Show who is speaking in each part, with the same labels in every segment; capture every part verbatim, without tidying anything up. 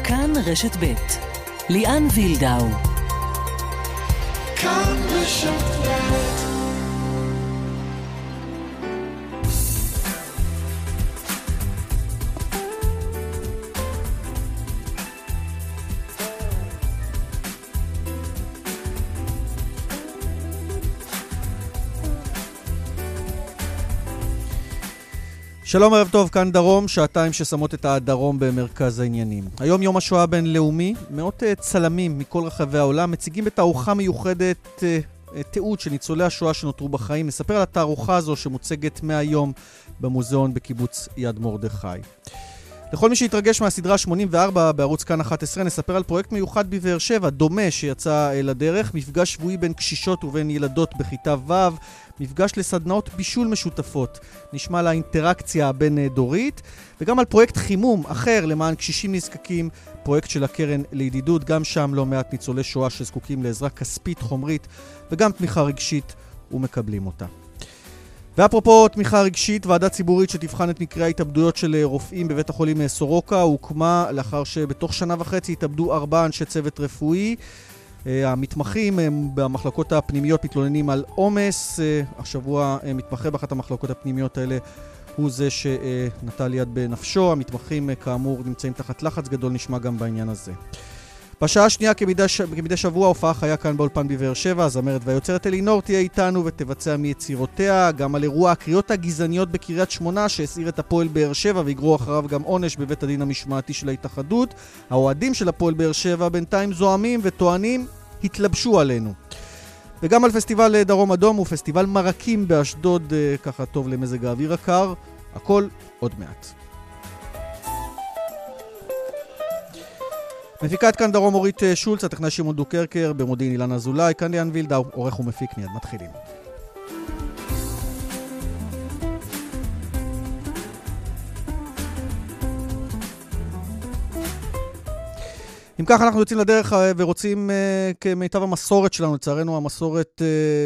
Speaker 1: כאן רשת ב' ליאן וילדאו.
Speaker 2: כאן רשת ב'.
Speaker 3: שלום, ערב טוב, כאן דרום, שעתיים ששמות את הדרום במרכז העניינים. היום יום השואה הבינלאומי, מאות צלמים מכל רחבי העולם מציגים בתערוכה מיוחדת תיעוד של ניצולי השואה שנותרו בחיים. נספר על התערוכה הזו שמוצגת מהיום במוזיאון בקיבוץ יד מרדכי. לכל מי שהתרגש מהסדרה שמונים וארבע בערוץ כאן אחת עשרה, נספר על פרויקט מיוחד בבאר שבע, דומה, שיצא לדרך, מפגש שבועי בין קשישות ובין ילדות בכיתה ו', מפגש לסדנאות בישול משותפות, נשמע על האינטראקציה הבין דורית, וגם על פרויקט חימום אחר למען קשישים נזקקים, פרויקט של הקרן לידידות, גם שם לא מעט ניצולי שואה שזקוקים לעזרה כספית, חומרית, וגם תמיכה רגשית ומקבלים אותה. ואפרופו תמיכה רגשית, ועדה ציבורית שתבחן את מקרי ההתאבדויות של רופאים בבית החולים סורוקה הוקמה לאחר שבתוך שנה וחצי התאבדו ארבעה אנשי צוות רפואי. המתמחים במחלקות הפנימיות מתלוננים על עומס. השבוע מתמחה באחת המחלקות הפנימיות האלה הוא זה שנטל יד בנפשו. המתמחים כאמור נמצאים תחת לחץ גדול, נשמע גם בעניין הזה. בשעה השנייה כמדי, ש... כמדי שבוע הופעה חיה כאן באולפן בבאר שבע, הזמרת והיוצרת אלינור תהיה איתנו ותבצע מיצירותיה, גם על אירוע הקריאות הגזעניות בקריית שמונה שהסעיר את הפועל באר שבע ויגרו אחריו גם עונש בבית הדין המשמעתי של ההתאחדות. האוהדים של הפועל באר שבע בינתיים זועמים וטוענים התלבשו עלינו. וגם על פסטיבל דרום אדום ופסטיבל מרקים באשדוד, ככה טוב למזג האוויר הקר, הכל עוד מעט. מפיקת כאן דרום אורית שולץ, הטכנאי שמעון דוקרקר, במודיעין אילן אזולאי, כאן ליאן וילדאו, עורך ומפיק. מיד מתחילים. אם כך אנחנו יוצאים לדרך ורוצים כמיטב המסורת שלנו, לצערנו המסורת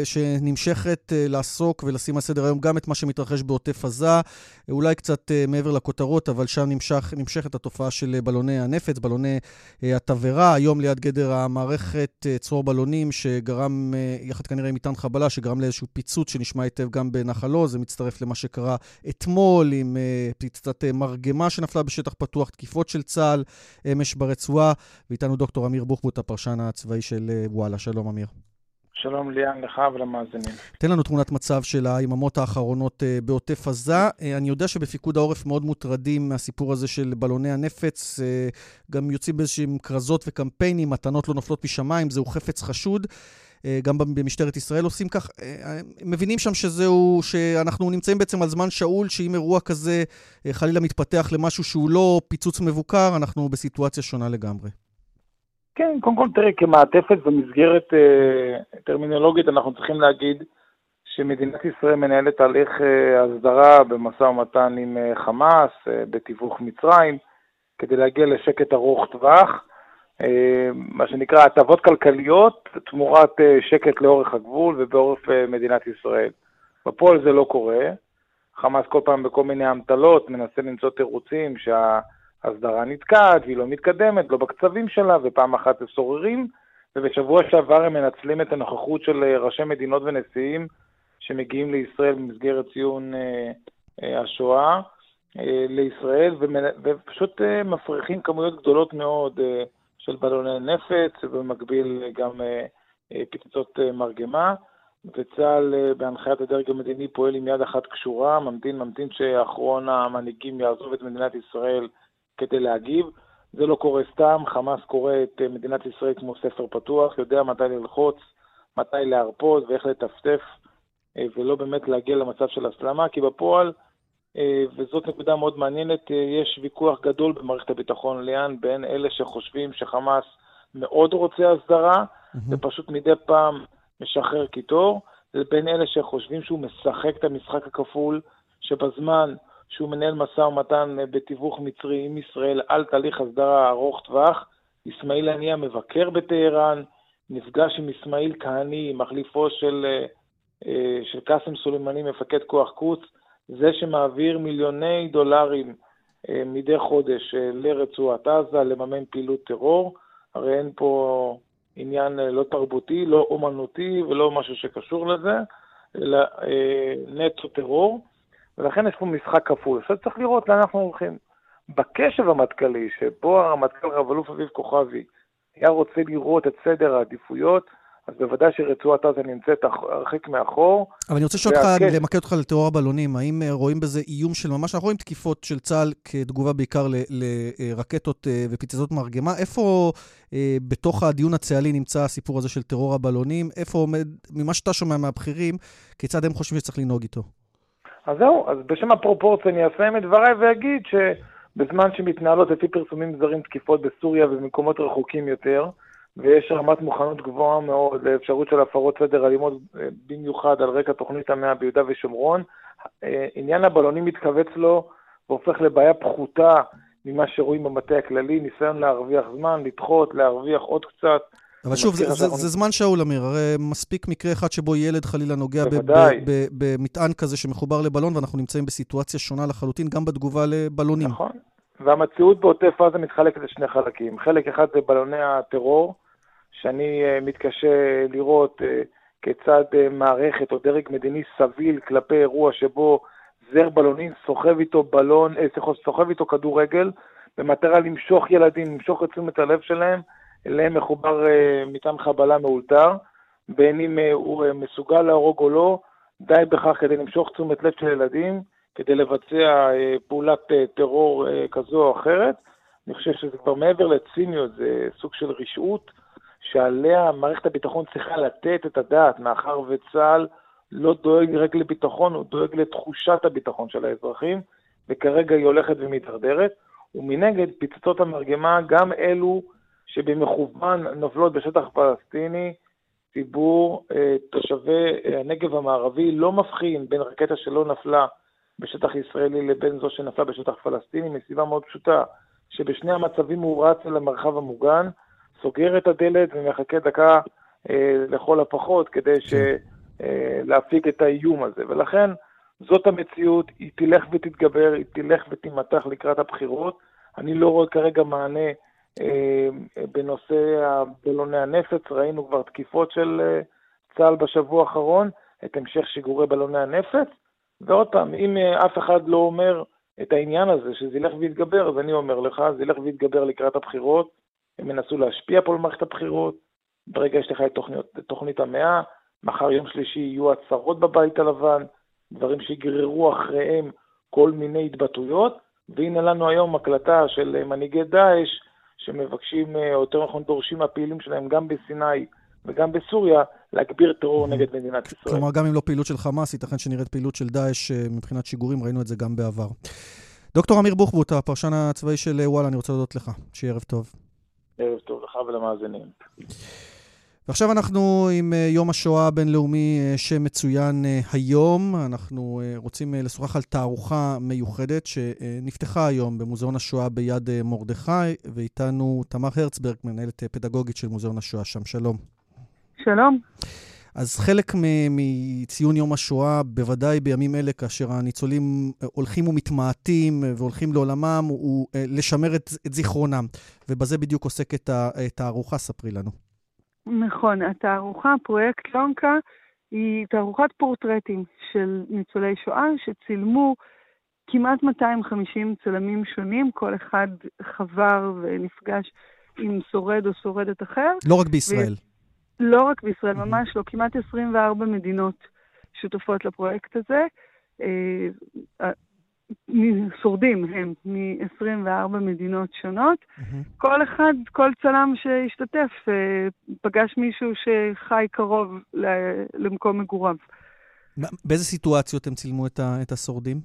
Speaker 3: שנמשכת לעסוק ולשים על סדר היום גם את מה שמתרחש בעוטף עזה, אולי קצת מעבר לכותרות, אבל שם נמשך, נמשכת התופעה של בלוני הנפץ, בלוני התברה. היום ליד גדר המערכת צרור בלונים שגרם, יחד כנראה עם מטען חבלה, שגרם לאיזשהו פיצוץ שנשמע היטב גם בנחלו. זה מצטרף למה שקרה אתמול עם פצצת מרגמה שנפלה בשטח פתוח, תקיפות של צה"ל אמש ברצועה. ואיתנו דוקטור אמיר בוחבוט, הפרשן הצבאי של וואלה. שלום אמיר.
Speaker 4: שלום ליאן, לך ולמאזינים.
Speaker 3: תן לנו תמונת מצב של היממות האחרונות בעוטף עזה. אני יודע שבפיקוד העורף מאוד מוטרדים מהסיפור הזה של בלוני הנפץ, גם יוצאים באיזשהם קרזות וקמפיינים, מתנות לא נופלות משמיים, זהו חפץ חשוד. גם במשטרת ישראל עושים כך, מבינים שם שזהו, שאנחנו נמצאים בעצם על זמן שאול, שאם אירוע כזה חלילה מתפתח למשהו שהוא לא פיצוץ מבוקר, אנחנו בסיטואציה שונה לגמרי.
Speaker 4: כן, קודם כל תראה, כמעטפת במסגרת אה, טרמינולוגית, אנחנו צריכים להגיד שמדינת ישראל מנהלת תהליך אה, הסדרה במשא ומתן עם אה, חמאס, אה, בתיווך מצרים, כדי להגיע לשקט ארוך טווח, אה, מה שנקרא הטבות כלכליות, תמורת אה, שקט לאורך הגבול ובעורף אה, מדינת ישראל. בפועל זה לא קורה, חמאס כל פעם בכל מיני המטלות מנסה למצוא תירוצים שה... הסדרה נתקעת והיא לא מתקדמת, לא בקצבים שלה, ופעם אחת סוררים, ובשבוע שעבר הם מנצלים את הנוכחות של ראשי מדינות ונשיאים שמגיעים לישראל במסגרת ציון אה, אה, השואה אה, לישראל, ומנ... ופשוט אה, מפריחים כמויות גדולות מאוד אה, של בלוני נפץ, ובמקביל גם אה, אה, פצצות אה, מרגמה, וצה"ל אה, בהנחיית הדרג המדיני פועל עם יד אחת קשורה, ממתין, ממתין שאחרון המנהיגים יעזוב את מדינת ישראל כדי להגיב. זה לא קורה סתם, חמאס קורא את מדינת ישראל כמו ספר פתוח, יודע מתי ללחוץ, מתי להרפות ואיך לטפטף, ולא באמת להגיע למצב של הסלמה, כי בפועל, וזאת נקודה מאוד מעניינת, יש ויכוח גדול במערכת הביטחון ליאן, בין אלה שחושבים שחמאס מאוד רוצה הסדרה, mm-hmm. ופשוט מדי פעם משחרר קיטור, לבין אלה שחושבים שהוא משחק את המשחק הכפול, שבזמן שהוא מנהל משא ומתן בתיווך מצרי עם ישראל על תהליך הסדרה ארוך טווח, אסמאעיל הנייה מבקר בטהרן, נפגש עם אסמאעיל כהני, מחליפו של, של קאסם סולימני, מפקד כוח קוץ, זה שמעביר מיליוני דולרים מדי חודש לרצועת עזה, לממן פעילות טרור. הרי אין פה עניין לא תרבותי, לא אומנותי ולא משהו שקשור לזה, אלא נטו טרור. ולכן יש פה משחק כפול. עכשיו צריך לראות לאן אנחנו הולכים. בקשב המטכ"לי, שבו המטכ"ל רב-אלוף אביב כוכבי היה רוצה לראות את סדר העדיפויות, אז בוודאי שרצועת עזה נמצאת הרחק מאחור.
Speaker 3: אבל אני רוצה לשאול אותך, למקד אותך לטרור הבלונים, האם רואים בזה איום של ממש? אנחנו רואים תקיפות של צה"ל כתגובה בעיקר לרקטות ופיצצות מרגמה. איפה בתוך הדיון הצה"לי נמצא הסיפור הזה של טרור הבלונים? איפה עומד, ממה שאתה שומע מהבכירים, כיצד הם חושבים שצריך לנהוג איתו?
Speaker 4: אז זהו, אז בשם הפרופורציה אני אסיים את דבריי ואגיד שבזמן שמתנהלות לפי פרסומים זרים תקיפות בסוריה ובמקומות רחוקים יותר, ויש רמת מוכנות גבוהה מאוד לאפשרות של הפרות סדר אלימות, במיוחד על רקע תוכנית המאה ביהודה ושומרון, עניין הבלונים מתכווץ לו והופך לבעיה פחותה ממה שרואים במטה הכללי, ניסיון להרוויח זמן, לדחות, להרוויח עוד קצת.
Speaker 3: אבל שוב, זה, זה, זה זמן שאול אמיר, הרי מספיק מקרה אחד שבו ילד חלילה נוגע במטען כזה שמחובר לבלון, ואנחנו נמצאים בסיטואציה שונה לחלוטין, גם בתגובה לבלונים.
Speaker 4: נכון, והמציאות בעוטף עזה מתחלקת לשני חלקים. חלק אחד זה בלוני הטרור, שאני מתקשה לראות כיצד מערכת או דרג מדיני סביל כלפי אירוע שבו זר בלונים סוחב איתו בלון, סוחב איתו כדורגל, במטרה למשוך ילדים, למשוך את תשומת הלב שלהם, אליהם מחובר מטען חבלה מאולתר, בין אם הוא מסוגל להרוג או לא, די בכך כדי למשוך תשומת לב של ילדים, כדי לבצע פעולת טרור כזו או אחרת. אני חושב שזה כבר מעבר לציניות, זה סוג של רשעות, שעליה מערכת הביטחון צריכה לתת את הדעת, מאחר וצה"ל לא דואג רק לביטחון, הוא דואג לתחושת הביטחון של האזרחים, וכרגע היא הולכת ומתדרדרת, ומנגד פיצצות המרגמה, גם אלו שבמכוון נופלות בשטח פלסטיני, ציבור תושבי הנגב המערבי לא מבחין בין רקטה שלא נפלה בשטח ישראלי לבין זו שנפלה בשטח פלסטיני, מסיבה מאוד פשוטה, שבשני המצבים הוא רץ למרחב המוגן, סוגר את הדלת ומחכה דקה אה, לכל הפחות כדי ש, אה, להפיק את האיום הזה. ולכן זאת המציאות, היא תלך ותתגבר, היא תלך ותימתח לקראת הבחירות. אני לא רואה כרגע מענה אה, בנושא בלוני הנפץ, ראינו כבר תקיפות של אה, צה"ל בשבוע האחרון, את המשך שיגורי בלוני הנפץ, ועוד פעם, אם אה, אף אחד לא אומר את העניין הזה, שזה ילך ויתגבר, אז אני אומר לך, זה ילך ויתגבר לקראת הבחירות, הם ינסו להשפיע פה במערכת הבחירות, ברגע יש לך את תוכנית, תוכנית המאה, מחר יום שלישי יהיו הצהרות בבית הלבן, דברים שיגררו אחריהם כל מיני התבטאויות, והנה לנו היום הקלטה של מנהיגי דאעש, שמבקשים, או יותר נכון דורשים הפעילים שלהם גם בסיני וגם בסוריה, להגביר טרור נגד מדינת ישראל.
Speaker 3: כלומר, גם אם לא פעילות של חמאס, ייתכן שנראית פעילות של דאעש מבחינת שיגורים, ראינו את זה גם בעבר. דוקטור אמיר בוחבוט, הפרשן הצבאי של וואלה, אני רוצה להודות לך. שיהיה ערב טוב.
Speaker 4: ערב טוב לך ולמאזינים.
Speaker 3: ועכשיו אנחנו עם יום השואה הבינלאומי שמצוין היום. אנחנו רוצים לשוחח על תערוכה מיוחדת שנפתחה היום במוזיאון השואה ביד מרדכי, ואיתנו תמר הרצברג, מנהלת פדגוגית של מוזיאון השואה שם. שלום.
Speaker 5: שלום.
Speaker 3: אז חלק מציון יום השואה, בוודאי בימים אלה, כאשר הניצולים הולכים ומתמעטים והולכים לעולמם, הוא לשמר את, את זיכרונם. ובזה בדיוק עוסקת התערוכה, ספרי לנו.
Speaker 5: נכון, התערוכה, פרויקט לונקה, היא תערוכת פורטרטים של ניצולי שואה, שצילמו כמעט מאתיים וחמישים צלמים שונים, כל אחד חבר ונפגש עם שורד או שורדת אחר.
Speaker 3: לא רק בישראל. ו...
Speaker 5: לא רק בישראל, ממש לא, כמעט עשרים וארבע מדינות שותפות לפרויקט הזה. שורדים הם מ-עשרים וארבע מדינות שונות. כל אחד, כל צלם שהשתתף, פגש מישהו שחי קרוב למקום מגוריו.
Speaker 3: באיזה סיטואציות הם צילמו את השורדים?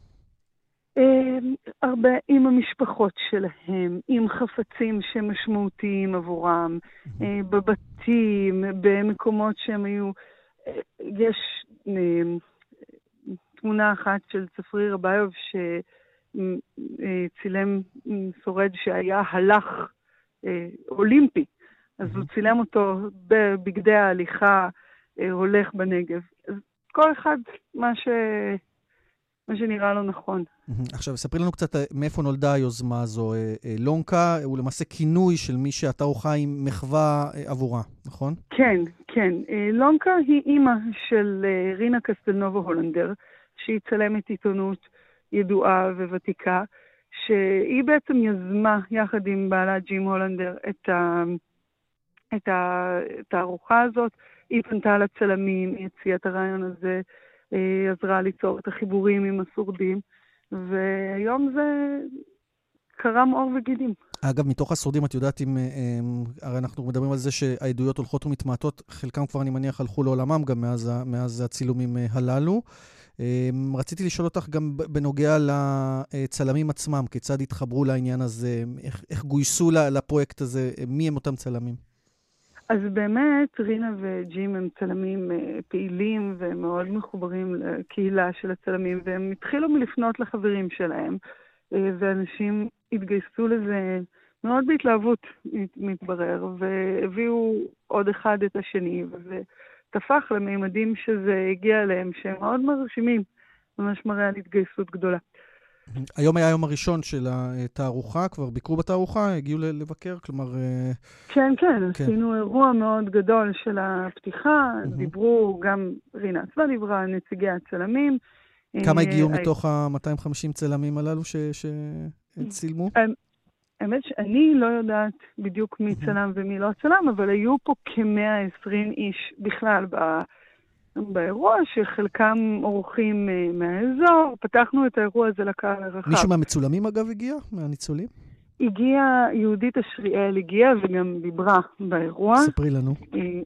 Speaker 5: הרבה עם המשפחות שלהם, עם חפצים שמשמעותיים עבורם, בבתים, במקומות שהם היו, יש תמונה אחת של צפריר רביוב שצילם שורד שהיה הלך אולימפי, אז הוא צילם אותו בבגדי ההליכה, הולך בנגב. אז כל אחד מה ש... מה שנראה לו נכון.
Speaker 3: עכשיו, ספרי לנו קצת מאיפה נולדה היוזמה הזו. לונקה הוא למעשה כינוי של מי שהתערוכה היא מחווה עבורה, נכון?
Speaker 5: כן, כן. לונקה היא אימא של רינה קסטלנובו הולנדר, שהיא צלמת עיתונות ידועה וותיקה, שהיא בעצם יזמה יחד עם בעלה ג'ים הולנדר את ה... את התערוכה הזאת. היא פנתה לצלמים, היא הציעה את הרעיון הזה, עזרה ליצור את החיבורים עם השורדים, והיום זה קרם עור וגידים.
Speaker 3: אגב, מתוך השורדים, את יודעת אם, הרי אנחנו מדברים על זה שהעדויות הולכות ומתמעטות, חלקם כבר אני מניח הלכו לעולמם גם מאז, מאז הצילומים הללו. רציתי לשאול אותך גם בנוגע לצלמים עצמם, כיצד התחברו לעניין הזה, איך, איך גויסו לפרויקט הזה, מי הם אותם צלמים?
Speaker 5: אז באמת, רינה וג'ים הם צלמים פעילים ומאוד מחוברים לקהילה של הצלמים, והם התחילו מלפנות לחברים שלהם, ואנשים התגייסו לזה מאוד בהתלהבות, מתברר, והביאו עוד אחד את השני, וזה תפח לממדים שזה הגיע אליהם, שהם מאוד מרשימים, ממש מראה על התגייסות גדולה.
Speaker 3: היום היה היום הראשון של התערוכה, כבר ביקרו בתערוכה, הגיעו לבקר, כלומר...
Speaker 5: כן, כן, כן. עשינו אירוע מאוד גדול של הפתיחה, mm-hmm. דיברו גם רינה עצמה דיברה, נציגי הצלמים.
Speaker 3: כמה הגיעו מתוך ה-מאתיים וחמישים צלמים הללו שצילמו?
Speaker 5: האמת שאני לא יודעת בדיוק מי צלם ומי לא צלם, אבל היו פה כ-מאה ועשרים איש בכלל ב... באירוע, שחלקם אורחים מהאזור. פתחנו את האירוע הזה לקהל הרחב.
Speaker 3: מישהו מהמצולמים אגב הגיע? מהניצולים?
Speaker 5: הגיעה יהודית אשריאל, הגיעה וגם דיברה באירוע.
Speaker 3: ספרי לנו.
Speaker 5: היא,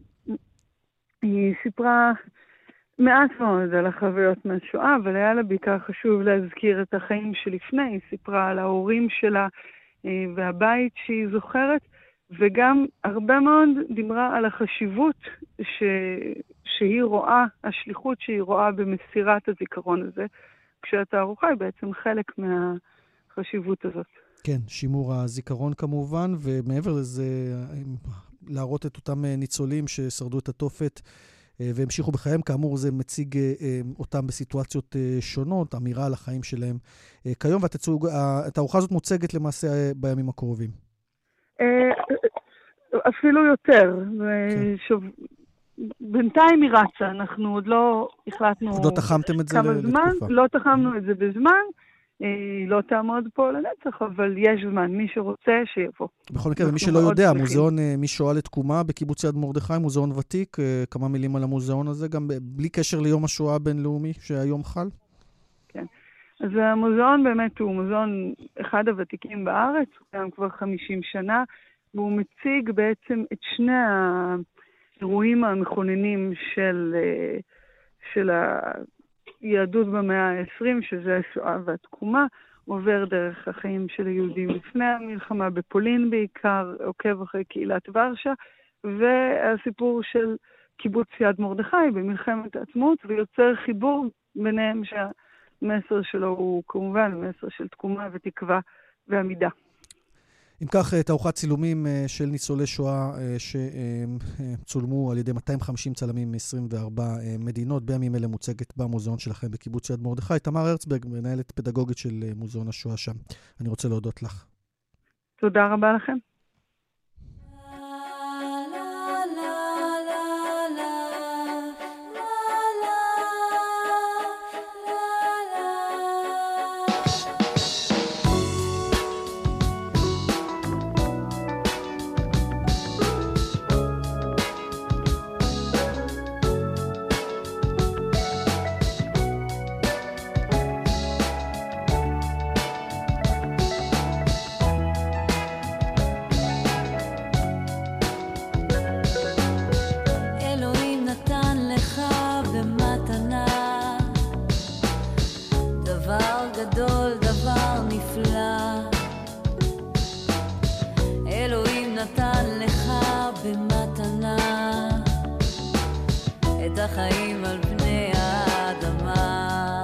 Speaker 5: היא סיפרה מעט מאוד על החוויות מהשואה, אבל היה לה בעיקר חשוב להזכיר את החיים שלפני. היא סיפרה על ההורים שלה והבית שהיא זוכרת, וגם הרבה מאוד דיברה על החשיבות ש... שהיא רואה, השליחות שהיא רואה במסירת הזיכרון הזה, כשהתערוכה היא בעצם חלק מהחשיבות הזאת.
Speaker 3: כן, שימור הזיכרון כמובן, ומעבר לזה, להראות את אותם ניצולים ששרדו את התופת והמשיכו בחייהם, כאמור זה מציג אותם בסיטואציות שונות, אמירה על החיים שלהם כיום, והתערוכה הזאת מוצגת למעשה בימים הקרובים.
Speaker 5: אפילו יותר. בינתיים היא רצה, אנחנו עוד לא החלטנו
Speaker 3: עוד לא תחמתם את זה לתקופה.
Speaker 5: לא תחמנו את זה בזמן, לא תעמוד פה לנצח, אבל יש זמן, מי שרוצה שיבוא.
Speaker 3: בכל מקרה, ומי שלא יודע, מוזיאון משואה לתקומה בקיבוץ יד מרדכי, מוזיאון ותיק, כמה מילים על המוזיאון הזה, גם בלי קשר ליום השואה הבינלאומי שהיום חל? כן.
Speaker 5: אז המוזיאון באמת הוא מוזיאון אחד הוותיקים בארץ, הוא קיים כבר חמישים שנה, והוא מציג בעצם את שני האירועים המכוננים של, של היהדות במאה ה-עשרים, שזה השואה והתקומה. הוא עובר דרך החיים של היהודים לפני המלחמה, בפולין בעיקר, עוקב אחרי קהילת ורשה, והסיפור של קיבוץ יד מרדכי במלחמת העצמאות, ויוצר חיבור ביניהם שהמסר שלו הוא כמובן מסר של תקומה ותקווה ועמידה.
Speaker 3: אם כך, תערוכת צילומים של ניצולי שואה שצולמו על ידי מאתיים וחמישים צלמים מ-עשרים וארבע מדינות, בימים אלה מוצגת במוזיאון שלכם בקיבוץ יד מרדכי. תמר הרצברג, מנהלת פדגוגית של מוזיאון השואה שם. אני רוצה להודות לך.
Speaker 5: תודה רבה לכם.
Speaker 2: החיים על פני האדמה.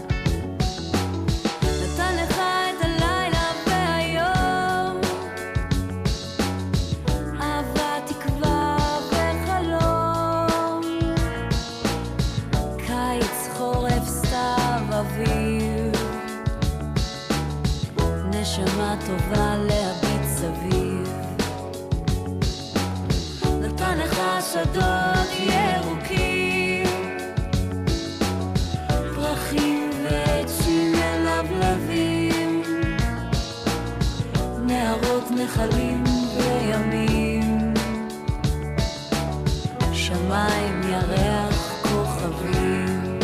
Speaker 2: נתן לך את הלילה והיום, אהבה, תקווה וחלום, קיץ, חורף, סתיו, אביב, נחלים וימים, שמיים ירח כוכבים.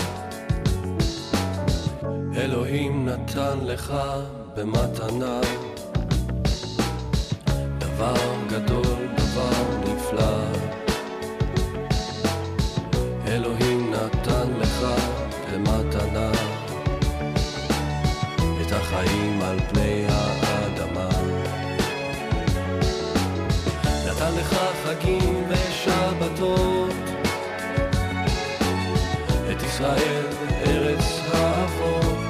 Speaker 6: אלוהים נתן לך במתנה דבר גדול, דבר נפלא. אלוהים נתן לך במתנה את החיים על פני האדמה. נתן לך חגים ושבתות, את ישראל ארץ האבות,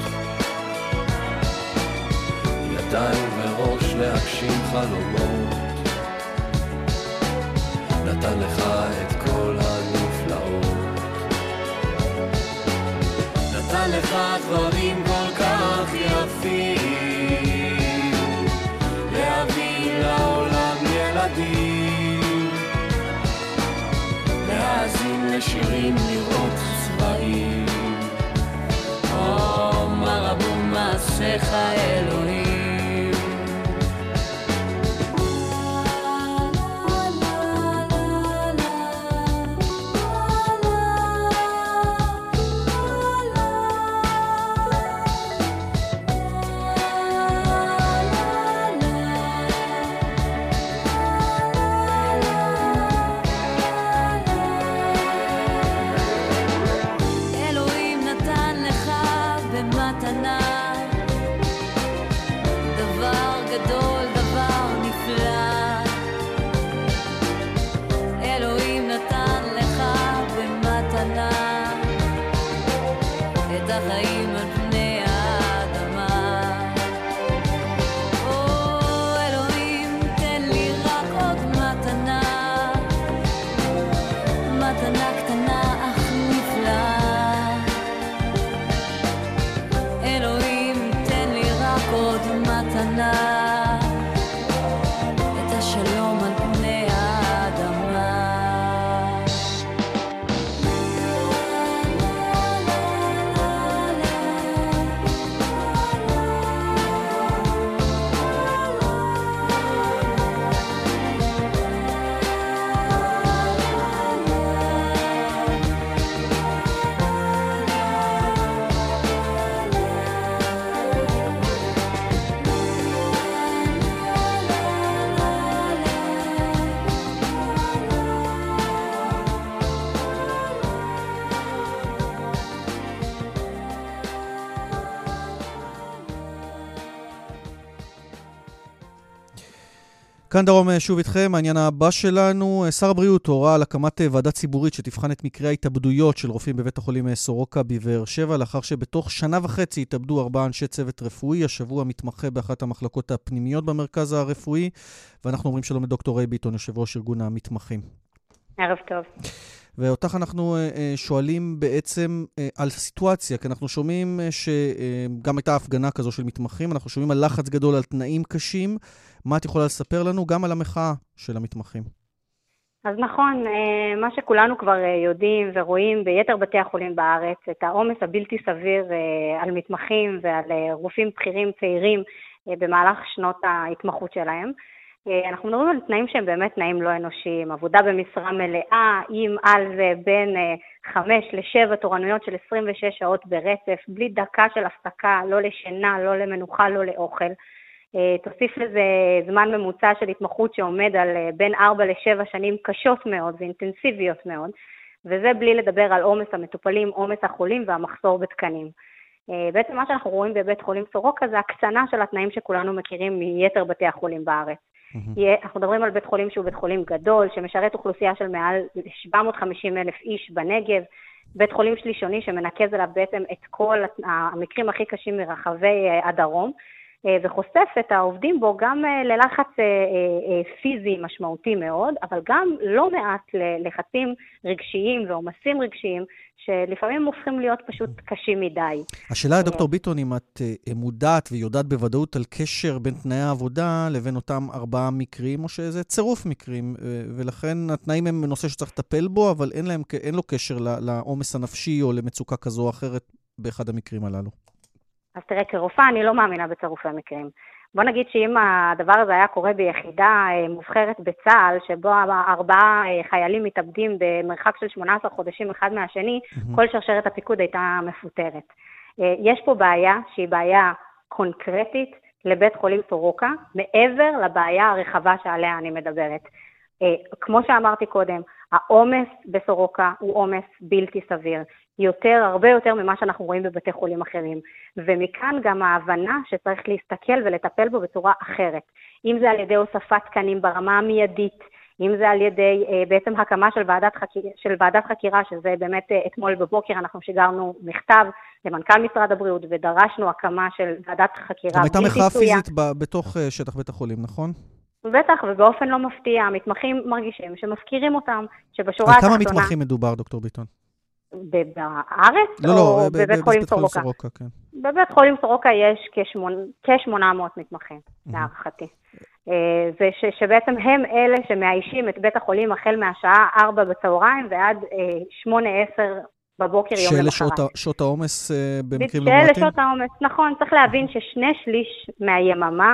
Speaker 6: ידיים וראש להגשים חלומות. נתן לך את כל הנפלאות, נתן לך דברים כל כך יפים, להביא לעולם ילדים, להאזין לשירים, לראות צבעים. או מה רבו מעשיך אלוהים.
Speaker 3: כאן דרום שוב איתכם, העניין הבא שלנו, שר הבריאות הורה על הקמת ועדה ציבורית שתבחן את מקרי ההתאבדויות של רופאים בבית החולים סורוקה בבאר שבע, לאחר שבתוך שנה וחצי התאבדו ארבעה אנשי צוות רפואי, השבוע מתמחה באחת המחלקות הפנימיות במרכז הרפואי, ואנחנו אומרים שלום לדוקטור ריי ביטון, יושב ראש ארגון המתמחים.
Speaker 7: ערב טוב.
Speaker 3: ואותך אנחנו שואלים בעצם על סיטואציה, כי אנחנו שומעים שגם הייתה הפגנה כזו של מתמחים, אנחנו שומעים על לחץ גדול, על תנאים קשים. מה את יכולה לספר לנו גם על המחאה של המתמחים?
Speaker 7: אז נכון, מה שכולנו כבר יודעים ורואים ביתר בתי החולים בארץ, את העומס הבלתי סביר על מתמחים ועל רופאים בכירים צעירים במהלך שנות ההתמחות שלהם. אנחנו מדברים על תנאים שהם באמת תנאים לא אנושיים, עבודה במשרה מלאה, עם על זה בין חמש לשבע תורנויות של עשרים ושש שעות ברצף, בלי דקה של הפסקה, לא לשינה, לא למנוחה, לא לאוכל. תוסיף לזה זמן ממוצע של התמחות שעומד על בין ארבע לשבע שנים קשות מאוד ואינטנסיביות מאוד, וזה בלי לדבר על עומס המטופלים, עומס החולים והמחסור בתקנים. בעצם מה שאנחנו רואים בבית חולים סורוקה זה הקצנה של התנאים שכולנו מכירים מיתר בתי החולים בארץ. Mm-hmm. אנחנו מדברים על בית חולים שהוא בית חולים גדול, שמשרת אוכלוסייה של מעל שבע מאות וחמישים אלף איש בנגב, בית חולים שלישוני שמנקז עליו בעצם את כל המקרים הכי קשים מרחבי הדרום, וחושף את העובדים בו גם ללחץ פיזי משמעותי מאוד, אבל גם לא מעט ללחצים רגשיים ועומסים רגשיים, שלפעמים הופכים להיות פשוט קשים מדי.
Speaker 3: השאלה, דוקטור ביטון, אם את מודעת ויודעת בוודאות על קשר בין תנאי העבודה לבין אותם ארבעה מקרים, או שזה צירוף מקרים, ולכן התנאים הם נושא שצריך לטפל בו, אבל אין להם, אין לו קשר לעומס הנפשי או למצוקה כזו או אחרת באחד המקרים הללו.
Speaker 7: אז תראה, כרופאה אני לא מאמינה בצירופי מקרים. בוא נגיד שאם הדבר הזה היה קורה ביחידה מובחרת בצה"ל, שבו ארבעה חיילים מתאבדים במרחק של שמונה עשרה חודשים אחד מהשני, mm-hmm. כל שרשרת הפיקוד הייתה מפותרת. יש פה בעיה שהיא בעיה קונקרטית לבית חולים סורוקה, מעבר לבעיה הרחבה שעליה אני מדברת. כמו שאמרתי קודם, העומס בסורוקה הוא עומס בלתי סביר, יותר, הרבה יותר ממה שאנחנו רואים בבתי חולים אחרים. ומכאן גם ההבנה שצריך להסתכל ולטפל בו בצורה אחרת. אם זה על ידי הוספת תקנים ברמה המיידית, אם זה על ידי בעצם הקמה של ועדת חקירה, של ועדת חקירה, שזה באמת אתמול בבוקר אנחנו שיגרנו מכתב למנכ"ל משרד הבריאות ודרשנו הקמה של ועדת חקירה.
Speaker 3: גם הייתה מחאה פיזית בתוך שטח בית החולים, נכון?
Speaker 7: בטח, ובאופן לא מפתיע, המתמחים מרגישים שמפקירים אותם, שבשורה
Speaker 3: התחתונה... על כמה מתמחים מדובר, דוקטור ביטון?
Speaker 7: בארץ
Speaker 3: לא,
Speaker 7: או
Speaker 3: לא,
Speaker 7: בבית חולים סורוקה?
Speaker 3: סורוקה, כן.
Speaker 7: בבית חולים סורוקה יש כ-שמונה מאות מתמחים, להערכתי. זה שבעצם הם אלה שמאיישים את בית החולים החל מהשעה ארבע בצהריים ועד שמונה עשר בבוקר יום למחרת.
Speaker 3: שאלה שעות העומס במקרים לא
Speaker 7: שאלה
Speaker 3: מועטים?
Speaker 7: שעות העומס, נכון. צריך להבין ששני שליש מהיממה,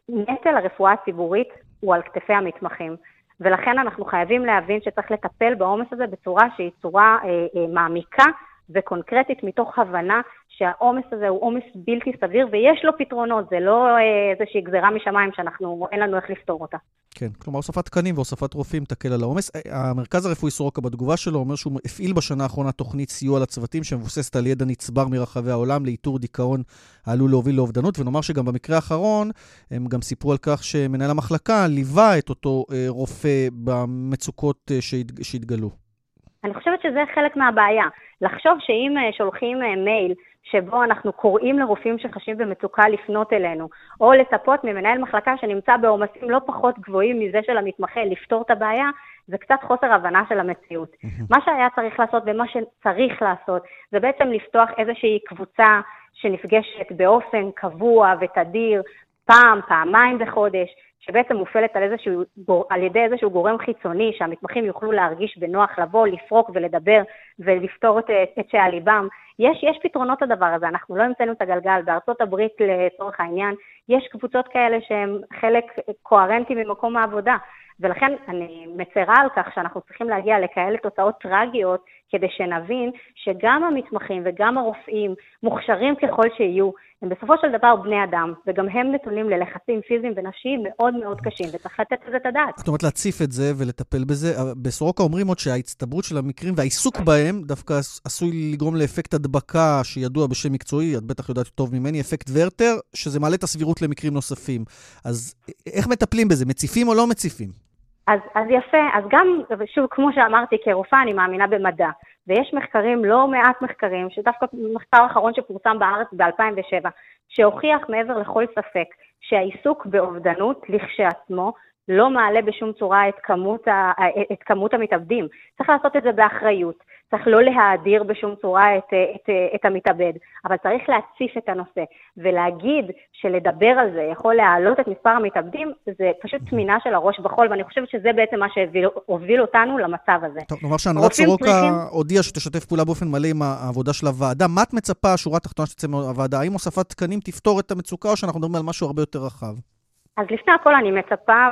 Speaker 7: נטל הרפואה הציבורית הוא על כתפי המתמחים. ולכן אנחנו חייבים להבין שצריך לטפל בעומס הזה בצורה שהיא צורה אה, אה, מעמיקה וקונקרטית, מתוך הבנה שהעומס הזה הוא עומס בלתי סביר, ויש לו פתרונות, זה לא אה, איזושהי גזירה משמיים שאנחנו, אין לנו איך לפתור אותה.
Speaker 3: כן, כלומר, הוספת תקנים והוספת רופאים תקל על העומס. המרכז הרפואי סורוקה בתגובה שלו אומר שהוא הפעיל בשנה האחרונה תוכנית סיוע לצוותים שמבוססת על ידע נצבר מרחבי העולם לאיתור דיכאון העלול להוביל לאובדנות, ונאמר שגם במקרה האחרון הם גם סיפרו על כך שמנהל המחלקה ליווה את אותו רופא במצוקות שהתגלו.
Speaker 7: אני חושבת שזה חלק מהבעיה. לחשוב שאם שולחים מייל שבו אנחנו קוראים לרופאים שחשים במצוקה לפנות אלינו, או לצפות ממנהל מחלקה שנמצא בעומסים לא פחות גבוהים מזה של המתמחה, לפתור את הבעיה, זה קצת חוסר הבנה של המציאות. מה שהיה צריך לעשות ומה שצריך לעשות, זה בעצם לפתוח איזושהי קבוצה שנפגשת באופן קבוע ותדיר, פעם, פעמיים בחודש, שבעצם מופעלת על, איזשהו, על ידי איזשהו גורם חיצוני, שהמתמחים יוכלו להרגיש בנוח לבוא, לפרוק ולדבר ולפתור את, את שעל ליבם. יש, יש פתרונות לדבר הזה, אנחנו לא המצאנו את הגלגל. בארצות הברית לצורך העניין, יש קבוצות כאלה שהן חלק קוהרנטי ממקום העבודה, ולכן אני מצרה על כך שאנחנו צריכים להגיע לכאלה תוצאות טרגיות, כדי שנבין שגם המתמחים וגם הרופאים, מוכשרים ככל שיהיו, הם בסופו של דבר בני אדם, וגם הם נתונים ללחצים פיזיים ונפשיים מאוד מאוד קשים, וצריך לתת לזה את הדעת.
Speaker 3: זאת אומרת, להציף את זה ולטפל בזה. בסורוקה אומרים עוד שההצטברות של המקרים והעיסוק בהם דווקא עשוי לגרום לאפקט הדבקה שידוע בשם מקצועי, את בטח יודעת טוב ממני, אפקט ורטר, שזה מעלה את הסבירות למקרים נוספים. אז איך מטפלים בזה? מציפים או לא מציפים?
Speaker 7: אז, אז יפה, אז גם, שוב, כמו שאמרתי, כרופאה אני מאמינה במדע, ויש מחקרים, לא מעט מחקרים, שדווקא מחקר האחרון שפורסם בארץ ב-אלפיים ושבע, שהוכיח מעבר לכל ספק, שהעיסוק באובדנות לכשעצמו, לא מעלה בשום צורה את כמות, ה, את כמות המתאבדים. צריך לעשות את זה באחריות, צריך לא להאדיר בשום צורה את, את, את המתאבד, אבל צריך להציף את הנושא, ולהגיד שלדבר על זה יכול להעלות את מספר המתאבדים, זה פשוט תמינה של הראש בחול, ואני חושבת שזה בעצם מה שהוביל אותנו למצב הזה.
Speaker 3: טוב, נאמר שהנהלת סורוקה הודיעה שתשתף פעולה באופן מלא עם העבודה של הוועדה. מה את מצפה, השורה התחתונה שתצא מהוועדה? האם הוספת תקנים תפתור את המצוקה, או שאנחנו מדברים על משהו הרבה יותר רחב? אז
Speaker 7: לפני הכל אני מצפה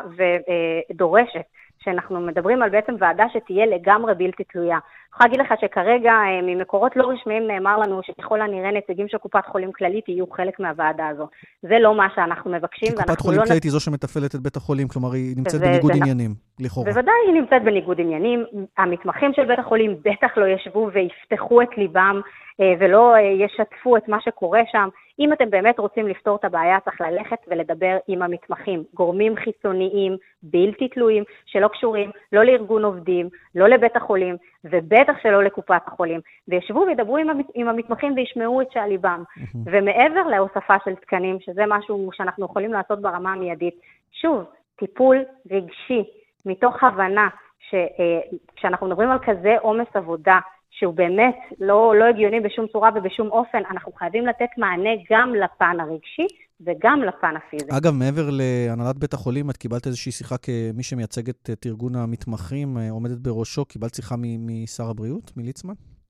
Speaker 7: ודורשת שאנחנו מדברים על בעצם ועדה שתהיה לגמרי בלתי תלויה. אני יכולה להגיד לך שכרגע ממקורות לא רשמיים נאמר לנו שככל הנראה נציגים של קופת חולים כללית יהיו חלק מהוועדה הזו. זה לא מה שאנחנו מבקשים.
Speaker 3: כי קופת חולים כללית היא זו שמתפעלת את בית החולים, כלומר היא נמצאת בניגוד עניינים, לכאורה.
Speaker 7: בוודאי היא נמצאת בניגוד עניינים. המתמחים של בית החולים בטח לא ישבו ויפתחו את ליבם ולא ישתפו את מה שקורה שם. אם אתם באמת רוצים לפתור את הבעיה, צריך ללכת ולדבר עם המתמחים, גורמים חיצוניים, בלתי תלויים, שלא קשורים, לא לארגון עובדים, לא לבית החולים, ובטח שלא לקופת החולים. וישבו וידברו עם, המת, עם המתמחים וישמעו את שעל ליבם. ומעבר להוספה של תקנים, שזה משהו שאנחנו יכולים לעשות ברמה המיידית, שוב, טיפול רגשי, מתוך הבנה שכשאנחנו מדברים על כזה עומס עבודה, שהוא באמת לא, לא הגיוני בשום צורה ובשום אופן, אנחנו חייבים לתת מענה גם לפן הרגשי וגם לפן הפיזי.
Speaker 3: אגב, מעבר להנהלת בית החולים, את קיבלת איזושהי שיחה כמי שמייצגת את ארגון המתמחים, עומדת בראשו, קיבלת שיחה משר הבריאות, מליצמן?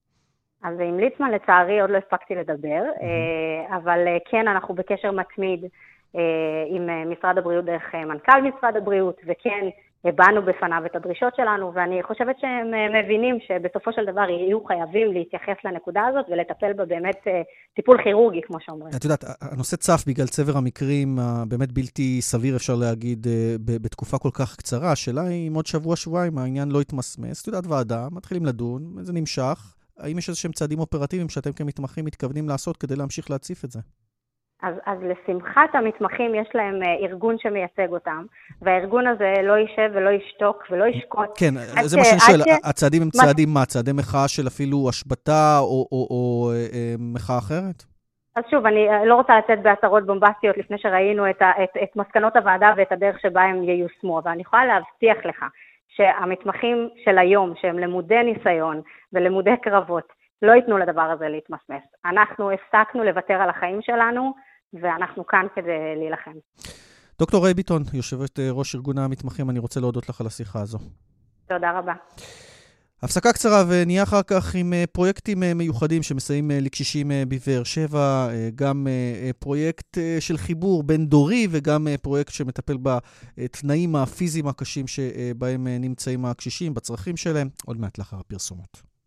Speaker 7: אז עם ליצמן לצערי עוד לא הספקתי לדבר, אבל כן, אנחנו בקשר מתמיד עם משרד הבריאות דרך מנכ"ל משרד הבריאות, וכן הבאנו בפניו את הדרישות שלנו, ואני חושבת שהם מבינים שבסופו של דבר יהיו חייבים להתייחס לנקודה הזאת, ולטפל בה באמת טיפול כירורגי, כמו שאומרים.
Speaker 3: את יודעת, הנושא צף בגלל צבר המקרים, באמת בלתי סביר אפשר להגיד, בתקופה כל כך קצרה. השאלה היא, אם עוד שבוע, שבועיים, העניין לא יתמסמס. את יודעת, ועדה, מתחילים לדון, זה נמשך. האם יש איזשהם צעדים אופרטיביים שאתם כמתמחים מתכוונים לעשות כדי להמשיך להציף את זה?
Speaker 7: אז, אז לשמחת המתמחים יש להם ארגון שמייצג אותם, והארגון הזה לא יישב ולא ישתוק ולא ישקוט.
Speaker 3: כן, זה מה שאני שואל, הצעדים הם צעדים מה? צעדי מחאה של אפילו השבטה או, או, או מחאה אחרת?
Speaker 7: אז שוב, אני לא רוצה לצאת בהצהרות בומבסטיות לפני שראינו את, ה, את, את מסקנות הוועדה ואת הדרך שבה הם ייושמו, אבל אני יכולה להבטיח לך שהמתמחים של היום, שהם למודי ניסיון ולמודי קרבות, לא ייתנו לדבר הזה להתמסמס. אנחנו הפסקנו לוותר על החיים שלנו, ואנחנו כאן כדי להילחם.
Speaker 3: דוקטור ריי ביטון, יושבת ראש ארגון המתמחים, אני רוצה להודות לך על השיחה הזו.
Speaker 7: תודה רבה.
Speaker 3: הפסקה קצרה ונהיה אחר כך עם פרויקטים מיוחדים שמסייעים לקשישים בבאר שבע, גם פרויקט של חיבור בין דורי וגם פרויקט שמטפל בתנאים הפיזיים הקשים שבהם נמצאים הקשישים, בצרכים שלהם, עוד מעט לאחר הפרסומות.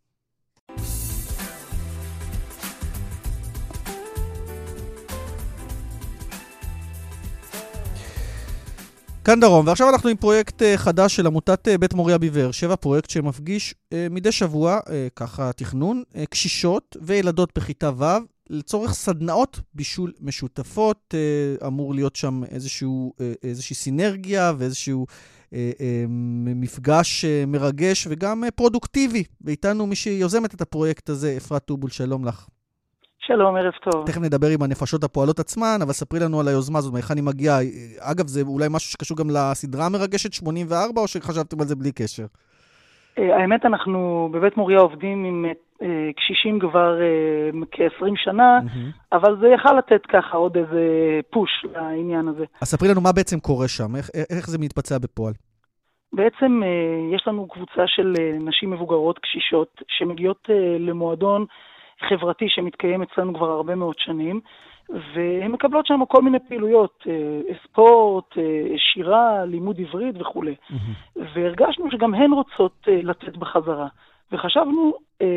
Speaker 3: כאן דרום, ועכשיו אנחנו עם פרויקט חדש של עמותת בית מוריה בבאר שבע, פרויקט שמפגיש מדי שבוע, ככה תכנון, קשישות וילדות בכיתה ו' לצורך סדנאות בישול משותפות. אמור להיות שם איזשהו, איזושהי סינרגיה ואיזשהו מפגש מרגש וגם פרודוקטיבי. ואיתנו מי שיוזמת את הפרויקט הזה, אפרת טובול, שלום לך.
Speaker 8: שלום, ערב טוב.
Speaker 3: תכף נדבר עם הנפשות הפועלות עצמן, אבל ספרי לנו על היוזמה הזאת, מאיך אני מגיע. אגב, זה אולי משהו שקשור גם לסדרה המרגשת שמונים וארבע, או שחשבתם על זה בלי קשר?
Speaker 8: האמת, אנחנו בבית מוריה עובדים עם קשישים כבר כ-עשרים שנה, אבל זה יכל לתת ככה עוד איזה פוש לעניין הזה.
Speaker 3: אז ספרי לנו מה בעצם קורה שם, איך זה מתבצע בפועל?
Speaker 8: בעצם יש לנו קבוצה של נשים מבוגרות קשישות, שמגיעות למועדון חברתי שמתקיים אצלנו כבר הרבה מאוד שנים, והן מקבלות שם כל מיני פעילויות, ספורט, שירה, לימוד עברית וכו'. Mm-hmm. והרגשנו שגם הן רוצות לתת בחזרה. וחשבנו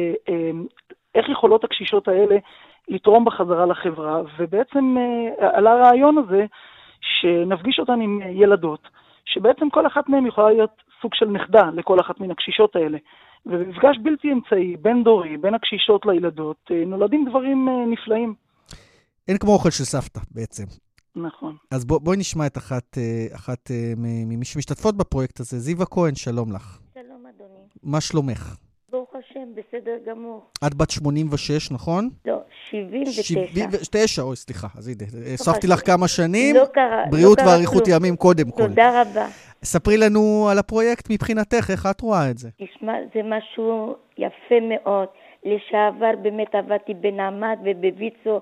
Speaker 8: איך יכולות הקשישות האלה לתרום בחזרה לחברה, ובעצם עלה הרעיון הזה שנפגיש אותן עם ילדות, שבעצם כל אחת מהן יכולה להיות סוג של נכדה לכל אחת מן הקשישות האלה. ובמפגש בלתי אמצעי, בין דורי, בין הקשישות לילדות, נולדים דברים נפלאים.
Speaker 3: אין כמו אוכל של סבתא בעצם.
Speaker 8: נכון.
Speaker 3: אז בוא, בואי נשמע את אחת, אחת ממי שמשתתפות בפרויקט הזה. זיווה כהן, שלום לך.
Speaker 9: שלום אדוני.
Speaker 3: מה שלומך?
Speaker 9: ברוך השם, בסדר גמור.
Speaker 3: את בת שמונים ושש, נכון?
Speaker 9: לא, שבעים ותשע.
Speaker 3: שבעים ותשע, אוי סליחה, אז הנה, הוספתי לך כמה שנים.
Speaker 9: לא קרה,
Speaker 3: בריאות
Speaker 9: לא קרה
Speaker 3: ואריכות
Speaker 9: כלום.
Speaker 3: ימים קודם כל.
Speaker 9: תודה רבה.
Speaker 3: ספרי לנו על הפרויקט מבחינתך, איך את רואה את זה?
Speaker 9: תשמע, זה משהו יפה מאוד. לשעבר באמת עבדתי בנעמת ובוויצו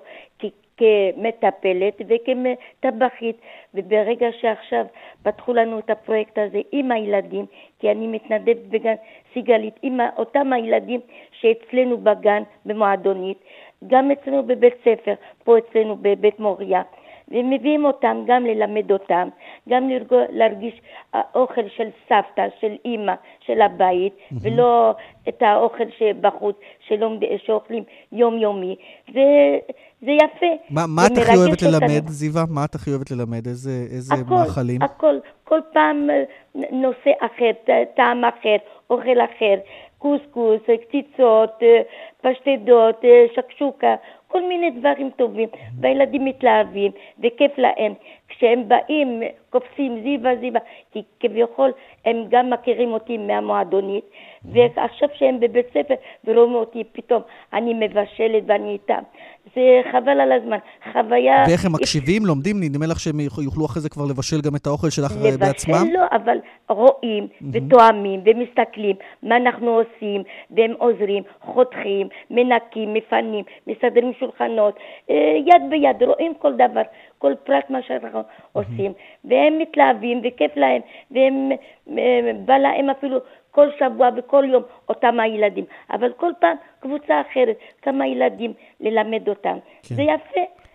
Speaker 9: כמטפלת וכמטבחית, וברגע שעכשיו פתחו לנו את הפרויקט הזה עם הילדים, כי אני מתנדבת בגן סיגלית, עם אותם הילדים שאצלנו בגן, במועדונית, גם אצלנו בבית ספר, פה אצלנו בבית מוריה, ומביאים אותם גם ללמד אותם, גם להרגיש האוכל של סבתא, של אמא, של הבית, mm-hmm. ולא את האוכל שבחוץ, שלומד, שאוכלים יום יומי, וזה יפה.
Speaker 3: מה, מה את הכי אוהבת ללמד, זיווה? מה את הכי אוהבת ללמד? איזה, איזה
Speaker 9: הכל,
Speaker 3: מאכלים?
Speaker 9: הכל, כל פעם נושא אחר, טעם אחר, אוכל אחר, קוסקוס, קציצות, פשטדות, שקשוקה, כל מיני דברים טובים, והילדים מתלהבים, וכיף להם. כשהם באים, קופסים זיווה זיווה, כי כביכול הם גם מכירים אותי מהמועדונית, ועכשיו שהם בבית ספר ורואים אותי פתאום, אני מבשלת ואני איתם. זה חבל על הזמן, חוויה...
Speaker 3: ואיך הם מקשיבים, לומדים? נדמה לך שהם יוכלו אחרי זה כבר לבשל גם את האוכל שלך בעצמם?
Speaker 9: לבשל לא, אבל רואים ותואמים ומסתכלים מה אנחנו עושים, והם עוזרים, חותכים, מנקים, מפנים, מסדרים שולחנות, יד ביד, רואים כל דבר, כל פרט מה שאנחנו עושים, והם מתלהבים וכיף להם, והם בא להם אפילו כל שבוע וכל יום אותם הילדים, אבל כל פעם קבוצה אחרת, כמה ילדים ללמד אותם. כן. זה יפה.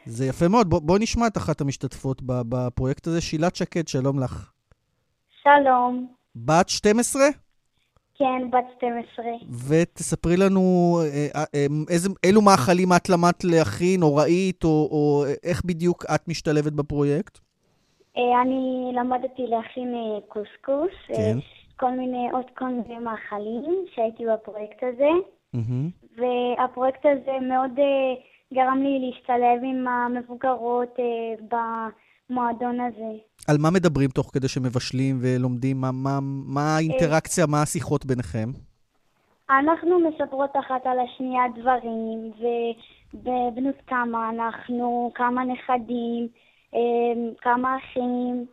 Speaker 3: זה יפה מאוד. בוא, בוא נשמע את אחת המשתתפות בפרויקט הזה. שילת שקד, שלום לך.
Speaker 10: שלום.
Speaker 3: בת שתים עשרה?
Speaker 10: כן, בת שתים עשרה.
Speaker 3: ותספרי לנו אה, אה, איזה, אילו מאכלים את למדת להכין, או ראית, או, או איך בדיוק את משתלבת בפרויקט?
Speaker 10: אה, אני למדתי להכין אה, קוסקוס,
Speaker 3: כן.
Speaker 10: אה, כל מיני, עוד כל מיני מאכלים שהייתי בפרויקט הזה. Mm-hmm. והפרויקט הזה מאוד אה, גרם לי להשתלב עם המבוגרות אה, במועדון הזה.
Speaker 3: על מה מדברים תוך כדי שמבשלים ולומדים? מה, מה, מה האינטראקציה, מה השיחות ביניכם?
Speaker 10: אנחנו מספרות אחת על השנייה דברים, ובבנות כמה אנחנו, כמה נכדים, כמה אחים.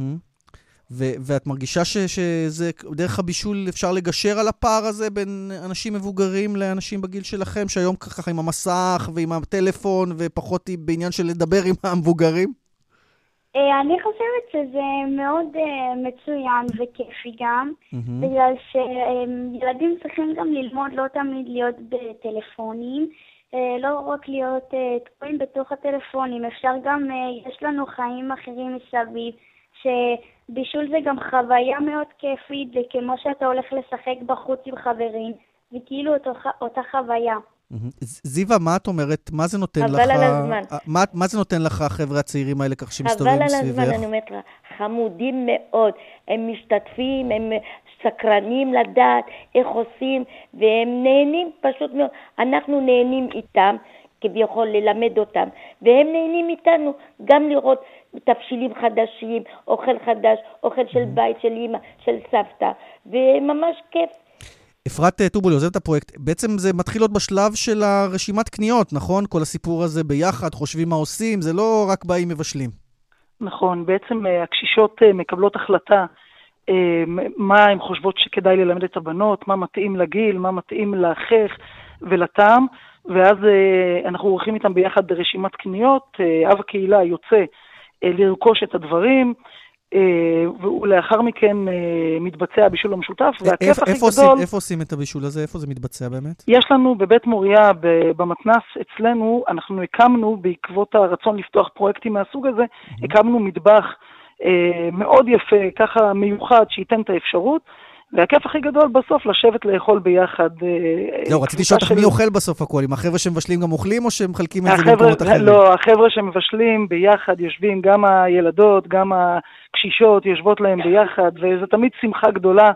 Speaker 3: ו- ואת מרגישה ש- שזה דרך הבישול אפשר לגשר על הפער הזה בין אנשים מבוגרים לאנשים בגיל שלכם, שהיום ככה עם המסך ועם הטלפון ופחות בעניין של לדבר עם המבוגרים?
Speaker 10: אני חושבת שזה מאוד מצוין וכיפי גם, בגלל שילדים צריכים גם ללמוד לא תמיד להיות בטלפונים, לא רק להיות תקועים בתוך הטלפונים, אפשר גם, יש לנו חיים אחרים מסביב, שבישול זה גם חוויה מאוד כיפית, וכמו שאתה הולך לשחק בחוץ עם חברים, וכאילו אותה חוויה.
Speaker 3: זיווה, מה את אומרת? מה זה נותן לך?
Speaker 9: חבל על הזמן.
Speaker 3: מה, מה זה נותן לך, החבר'ה הצעירים האלה, כך שמסתובבים סביבך?
Speaker 9: חבל על הזמן, אני אומרת לך, חמודים מאוד. הם משתתפים, הם סקרנים לדעת איך עושים, והם נהנים פשוט מאוד. אנחנו נהנים איתם, כביכול ללמד אותם, והם נהנים איתנו גם לראות תבשילים חדשים, אוכל חדש, אוכל של בית, של אמא, של סבתא, וממש כיף.
Speaker 3: אפרת טובול, יוזמת הפרויקט, בעצם זה מתחיל עוד בשלב של הרשימת קניות, נכון? כל הסיפור הזה ביחד, חושבים מה עושים, זה לא רק באים מבשלים.
Speaker 8: נכון, בעצם הקשישות מקבלות החלטה, מה הן חושבות שכדאי ללמד את הבנות, מה מתאים לגיל, מה מתאים לחך ולטעם, ואז אנחנו עורכים איתם ביחד ברשימת קניות, אב הקהילה יוצא לרכוש את הדברים, ולאחר מכן מתבצע הבישול המשותף, והכיף הכי גדול...
Speaker 3: איפה עושים את הבישול הזה? איפה זה מתבצע באמת?
Speaker 8: יש לנו בבית מוריה, במתנ"ס אצלנו, אנחנו הקמנו, בעקבות הרצון לפתוח פרויקטים מהסוג הזה, הקמנו מטבח מאוד יפה, ככה מיוחד, שייתן את האפשרות, והכיף הכי גדול בסוף לשבת לאכול ביחד.
Speaker 3: לא, רציתי לשאול אותך מי אוכל בסוף הכל, אם החבר'ה שמבשלים גם אוכלים או שהם מחלקים את זה במקומות אחרים?
Speaker 8: לא, החבר'ה שמבשלים ביחד יושבים, גם הילדות, גם הקשישות יושבות להם ביחד, וזה תמיד שמחה גדולה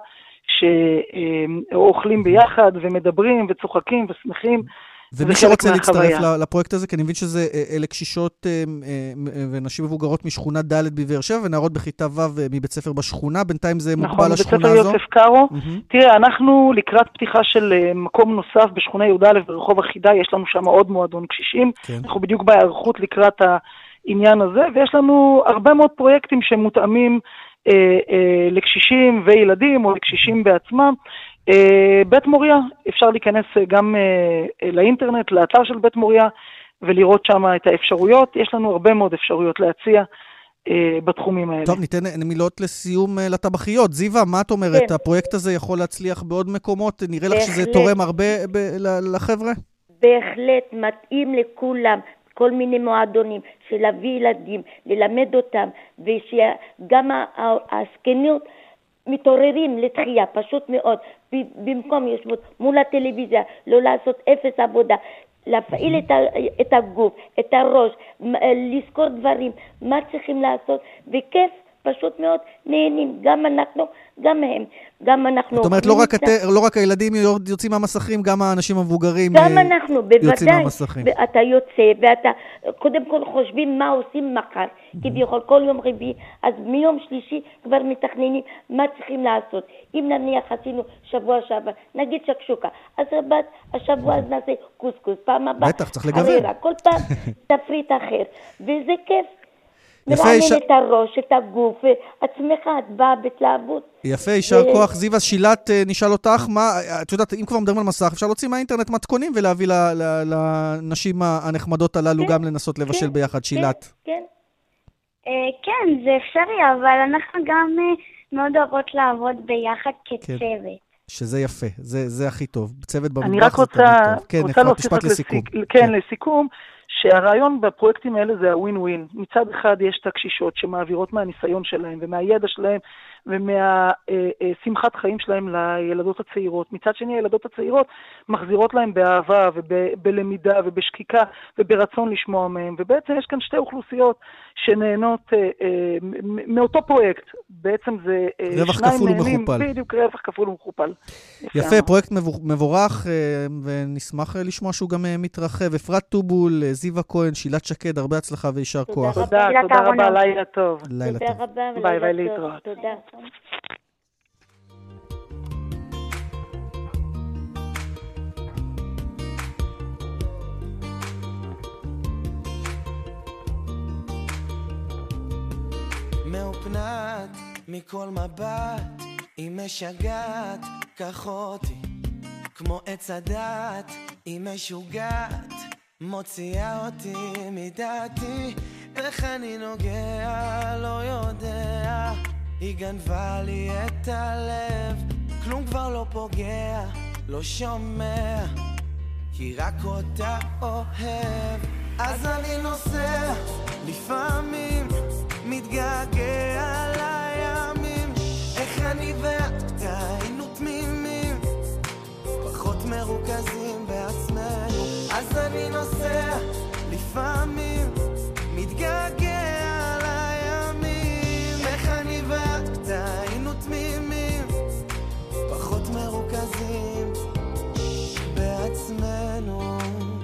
Speaker 8: שאוכלים ביחד ומדברים וצוחקים ושמחים.
Speaker 3: ומי שרוצה להצטרף לפרויקט הזה, כי אני מבין שזה אלה קשישות ונשים מבוגרות משכונה ד' בבאר שבע, ונערות בכיתה ו' מבית ספר בשכונה, בינתיים זה מוגבל לשכונה הזו.
Speaker 8: נכון, בית ספר יוסף קארו. תראה, אנחנו לקראת פתיחה של מקום נוסף בשכונה יהודה א' ברחוב החידה, יש לנו שם עוד מועדון קשישים, אנחנו בדיוק בהיערכות לקראת העניין הזה, ויש לנו הרבה מאוד פרויקטים שמותאמים לקשישים וילדים, או לקשישים בעצמם. בית מוריה, אפשר להיכנס גם לאינטרנט, לאתר של בית מוריה, ולראות שם את האפשרויות. יש לנו הרבה מאוד אפשרויות להציע בתחומים האלה.
Speaker 3: טוב, ניתן מילות לסיום לטבחיות. זיווה, מה את אומרת? כן. הפרויקט הזה יכול להצליח בעוד מקומות? נראה לך שזה תורם הרבה לחבר'ה?
Speaker 9: בהחלט, מתאים לכולם. כל מיני מועדונים של להביא ילדים, ללמד אותם, ושגם הסקניות מתעוררים לתחייה, פשוט מאוד, במקום ישבות מול הטלוויזיה, לא לעשות אפס עבודה, להפעיל את, ה- את הגוף, את הראש, לזכור דברים, מה צריכים לעשות, וכיף, פשוט מאוד נהנים, גם אנחנו, גם הם, גם אנחנו...
Speaker 3: זאת אומרת, לא רק, הת... לא רק הילדים יוצאים מהמסכים, גם האנשים המבוגרים
Speaker 9: גם אנחנו,
Speaker 3: יוצאים מהמסכים.
Speaker 9: אתה יוצא, ואתה קודם כל חושבים מה עושים מחר, כי ביכול כל יום רביעי, אז מיום שלישי כבר מתכננים מה צריכים לעשות. אם נניח עשינו שבוע שעבר, נגיד שקשוקה, אז רבת, השבוע אז נעשה קוסקוס, פעם הבאה,
Speaker 3: בטח, צריך לגוון.
Speaker 9: כל פעם תפריט אחר, וזה כיף. מרענן ש... את הראש, את הגוף, עצמך, את באה בתלהבות.
Speaker 3: יפה, יישר ו... כוח. זיווה, שילת, נשאל אותך, מה, את יודעת, אם כבר מדברים על מסך, אפשר להוציא מהאינטרנט מתכונים ולהביא לנשים הנחמדות הללו כן, גם לנסות לבשל כן, ביחד, שילת.
Speaker 9: כן, כן.
Speaker 10: כן, זה אפשרי, אבל אנחנו גם מאוד אוהבות לעבוד ביחד כצוות. כן.
Speaker 3: שזה יפה, זה, זה הכי טוב. צוות במטבח
Speaker 8: זה תמיד טוב.
Speaker 3: כן, אפרת, משפט לסיכום.
Speaker 8: כן, לסיכום. שהרעיון בפרויקטים האלה זה הווין ווין. מצד אחד יש את הקשישות שמעבירות מהניסיון שלהם ומהידע שלהם ומהשמחת חיים שלהם לילדות הצעירות. מצד שני, הילדות הצעירות מחזירות להם באהבה ובלמידה ובשקיקה וברצון לשמוע מהם. ובעצם יש כאן שתי אוכלוסיות שנהנות מאותו פרויקט. בעצם זה
Speaker 3: רווח כפול ומכופל.
Speaker 8: בדיוק, רווח כפול ומכופל.
Speaker 3: יפה, פרויקט מבורך, ונשמח לשמוע שהוא גם מתרחב. אפרת טובול, זיווה כהן, שילת שקד, הרבה הצלחה וישר כוח.
Speaker 8: תודה, תודה רבה, לילה טוב.
Speaker 3: לילה טוב.
Speaker 9: תודה רבה
Speaker 8: ביי, ביי,
Speaker 9: ולילה
Speaker 8: להתראות.
Speaker 9: טוב. תודה.
Speaker 11: מאופנת מכל מבט, היא משגעת, קח אותי כמו עץ הדת, היא משוגעת, מוציאה אותי מדעתי, איך אני נוגע, לא יודע, היא גנבה לי את הלב, כלום כבר לא פוגע, לא שומע, כי רק אותה אוהב, אז אני נוסע, לפעמים מתגעגע לימים, איך אני ואתה היינו תמימים, פחות מרוכזים בעצמנו, אז אני נוסע, לפעמים מתגעגע לימים, איך אני ואתה היינו תמימים, פחות מרוכזים בעצמנו.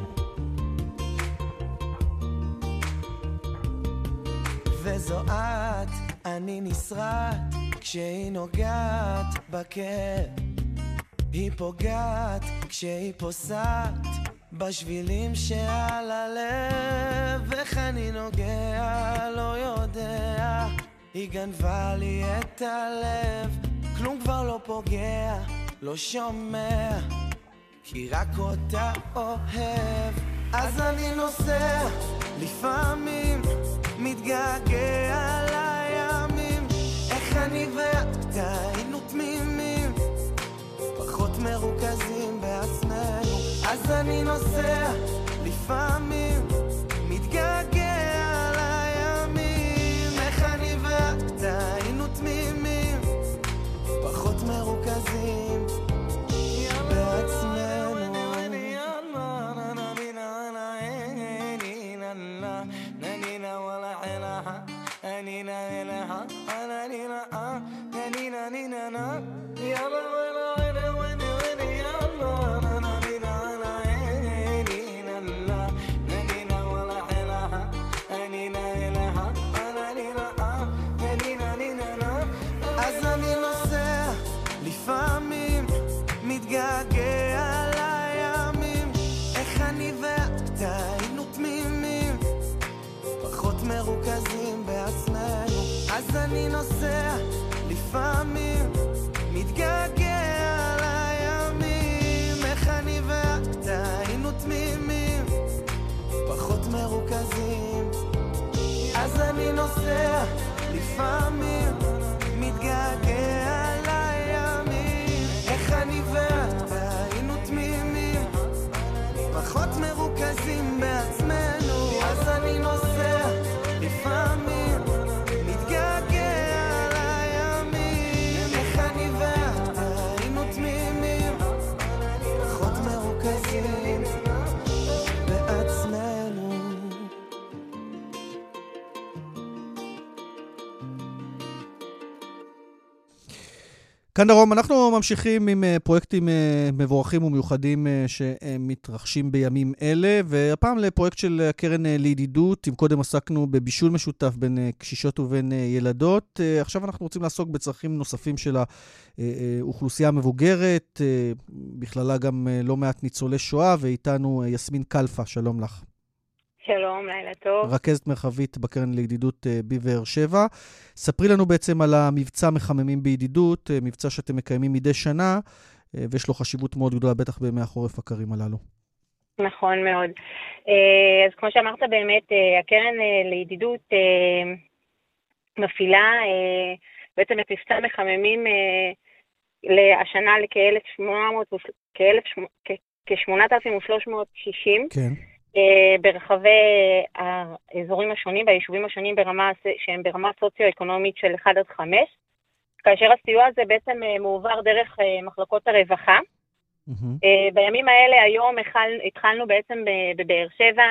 Speaker 11: וזו את, אני נשרט, כשהיא נוגעת בכאב, היא פוגעת כשהיא פוסעת בשבילים שעל הלב, איך אני נוגע, לא יודע, היא גנבה לי את הלב, כלום כבר לא פוגע, לא שומע, כי רק אותה אוהב, אז אני נוסע, לפעמים מתגעגע לימים, איך אני ואתה היינו תמימים, פחות מרוכזים בעצמנו, אז אני נוסע, לפעמים מתגעגע לימים, איך אני ואתה היינו תמימים, פחות מרוכזים בעצמנו. نينا لها انا نينا اه نينا نينا نا يلا ولا ولا وين وين يلا انا نينا انا نينا لا نينا ولا لها نينا لها انا نينا اه نينا نينا نا אז אני נוסע לפעמים מתגעגע לימים, איך אני ואתה היינו תמימים, פחות מרוכזים בעצמנו, אז אני נוסע, לפעמים מתגעגע לימים, איך אני ואתה היינו תמימים, פחות מרוכזים, אז אני נוסע, לפעמים מתגעגע לימים, איך אני ואתה היינו תמימים, פחות מרוכזים בעצמנו, אז אני נוסע, לפעמים מתגעגע לימים, איך אני ואתה היינו תמימים, פחות מרוכזים בעצמנו.
Speaker 3: כאן דרום, אנחנו ממשיכים עם פרויקטים מבורכים ומיוחדים שמתרחשים בימים אלה, והפעם לפרויקט של הקרן לידידות, אם קודם עסקנו בבישול משותף בין קשישות ובין ילדות, עכשיו אנחנו רוצים לעסוק בצרכים נוספים של האוכלוסייה המבוגרת, בכללה גם לא מעט ניצולי שואה, ואיתנו יסמין קלפה, שלום לך.
Speaker 12: שלום, לילה טוב.
Speaker 3: רכזת מרחבית בקרן לידידות בבאר שבע. ספרי לנו בעצם על המבצע מחממים בידידות, מבצע שאתם מקיימים מדי שנה, ויש לו חשיבות מאוד גדולה, בטח בימי החורף הקרים הללו.
Speaker 12: נכון מאוד. אז כמו שאמרת באמת, הקרן לידידות מפעילה בעצם את מבצע מחממים השנה לכ-שמונת אלפים ושלוש מאות שישים.
Speaker 3: כן.
Speaker 12: ברחבי האזורים השונים, ביישובים השונים ברמה, שהם ברמה סוציו-אקונומית של אחד עד חמש, כאשר הסיוע הזה בעצם מעובר דרך מחלקות הרווחה. בימים האלה היום התחלנו בעצם בבאר שבע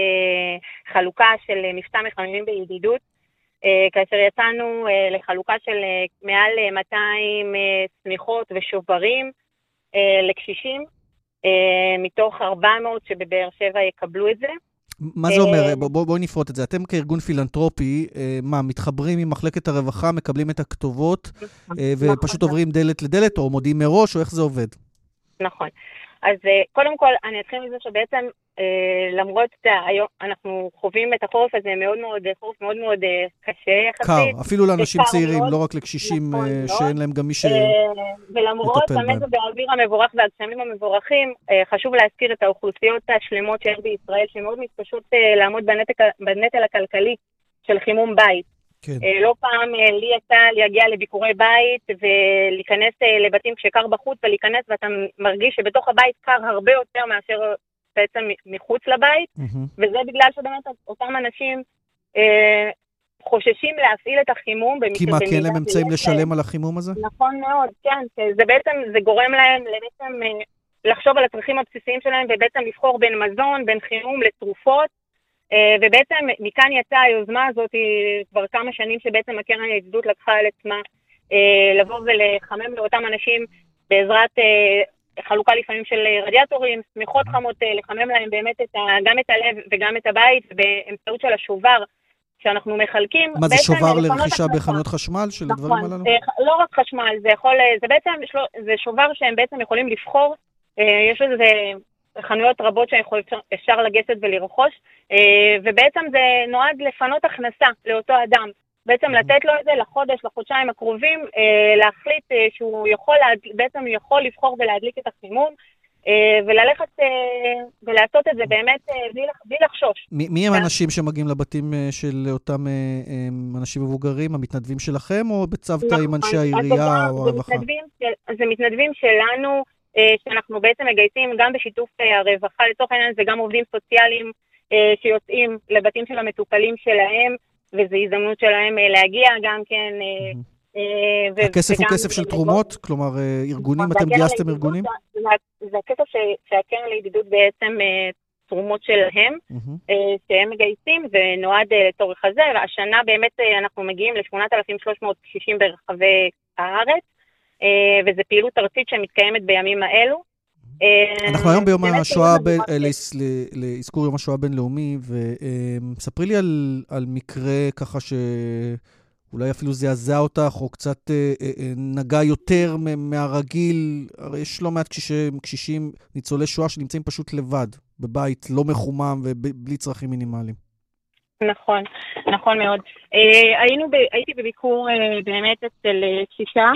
Speaker 12: חלוקה של מבצע מחממים בידידות, כאשר יצאנו לחלוקה של מעל מאתיים צמיחות ושוברים לקשישים, מתוך ארבע מאות שבבאר שבע יקבלו את זה.
Speaker 3: מה זה אומר? בואו בוא נפרוט את זה. אתם כארגון פילנטרופי, מה, מתחברים עם מחלקת הרווחה, מקבלים את הכתובות, ופשוט עוברים דלת לדלת, או מודיעים מראש, או איך זה עובד?
Speaker 12: נכון. אז קודם כל, אני אתחיל מזה שבעצם, למרות היום אנחנו חווים את החורף הזה מאוד מאוד, חורף מאוד מאוד קשה יחסית.
Speaker 3: קר, אפילו לאנשים צעירים, לא רק לקשישים שאין להם גם מי שמטפל בהם.
Speaker 12: ולמרות המזג האוויר המבורך והגשמים המבורכים, חשוב להזכיר את האוכלוסיות השלמות שיש בישראל, שמאוד מתקשות לעמוד בנטל הכלכלי של חימום בית. לא פעם לי יצא להגיע לביקורי בית ולהיכנס לבתים כשקר בחוץ ולהיכנס ואתה מרגיש שבתוך הבית קר הרבה יותר מאשר בעצם מחוץ לבית, וזה בגלל שבאמת אותם אנשים חוששים להפעיל את החימום.
Speaker 3: כי מה, כי אין להם אמצעים לשלם על החימום הזה?
Speaker 12: נכון מאוד, כן. זה בעצם, זה גורם להם בעצם לחשוב על הצרכים הבסיסיים שלהם ובעצם לבחור בין מזון, בין חימום לתרופות, ובעצם מכאן יצאה היוזמה הזאת כבר כמה שנים שבעצם הקרן לידידות לקחה על עצמה לבוא ולחמם לאותם אנשים בעזרת חלוקה לפעמים של רדיאטורים, סמיכות חמות, לחמם להם באמת את ה, גם את הלב וגם את הבית באמצעות של השובר שאנחנו מחלקים.
Speaker 3: מה זה שובר לרכישה בחנויות חשמל של הדברים הללו?
Speaker 12: לא רק חשמל, זה יכול, זה בעצם, זה שובר שהם בעצם יכולים לבחור, יש לזה חנויות רבות שאפשר לגשת ולרכוש, ובעצם זה נועד לפנות הכנסה לאותו אדם, בעצם לתת לו את זה לחודש, לחודשיים הקרובים, להחליט שהוא יכול, בעצם יכול לבחור ולהדליק את החימום, וללכת ולעשות את זה באמת בלי לחשוש.
Speaker 3: מי הם האנשים שמגיעים לבתים של אותם אנשים מבוגרים, המתנדבים שלכם, או בצוותא עם אנשי העירייה או הרווחה?
Speaker 12: זה מתנדבים שלנו, שאנחנו בעצם מגייסים גם בשיתוף הרווחה, לצורך העניין זה גם עובדים סוציאליים שיוצאים לבתים של המטופלים שלהם, וזו הזדמנות שלהם להגיע גם כן.
Speaker 3: הכסף הוא כסף של תרומות? כלומר, ארגונים, אתם גייסתם ארגונים?
Speaker 12: זה הכסף שהקרן לידידות בעצם תרומות שלהם, שהם מגייסים, ונועד לצורך הזה, והשנה באמת אנחנו מגיעים ל-שמונת אלפים ושלוש מאות קשישים ברחבי הארץ, וזו פעילות ארצית שמתקיימת בימים האלו.
Speaker 3: אנחנו היום ביום השואה, לאזכור יום השואה הבינלאומי, וספרי לי על מקרה ככה שאולי אפילו זעזע אותך, או קצת נגע יותר מהרגיל. הרי יש לא מעט קשישים, ניצולי שואה, שנמצאים פשוט לבד, בבית לא מחומם ובלי צרכים מינימליים.
Speaker 12: נכון, נכון מאוד. הייתי בביקור באמת אצל קשישה,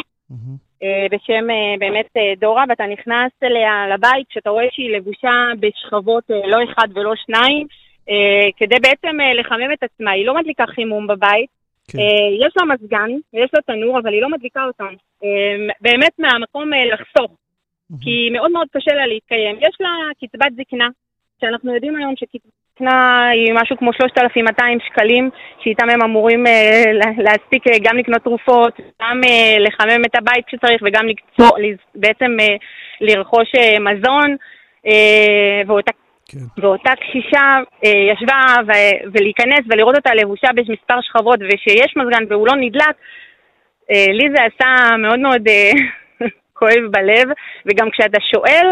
Speaker 12: בשם באמת דורה, ואתה נכנס אליה לבית, כשאתה רואה שהיא לבושה בשכבות לא אחד ולא שניים, כדי בעצם לחמם את עצמה. היא לא מדליקה חימום בבית, יש לה מזגן ויש לה תנור, אבל היא לא מדליקה אותם. באמת מהמקום לחסוך, כי מאוד מאוד קשה לה להתקיים. יש לה קצבת זקנה, שאנחנו יודעים היום שקצבת זקנה היא משהו כמו שלושת אלפים ומאתיים שקלים, שאיתם הם אמורים להספיק גם לקנות תרופות, גם לחמם את הבית שצריך, וגם לקצור, בעצם לרכוש מזון, ואותה, ואותה קשישה ישבה ולהיכנס ולראות אותה לבושה במספר שכבות, ושיש מזגן והוא לא נדלק, לי זה עשה מאוד מאוד כואב בלב, וגם כשאתה שואל,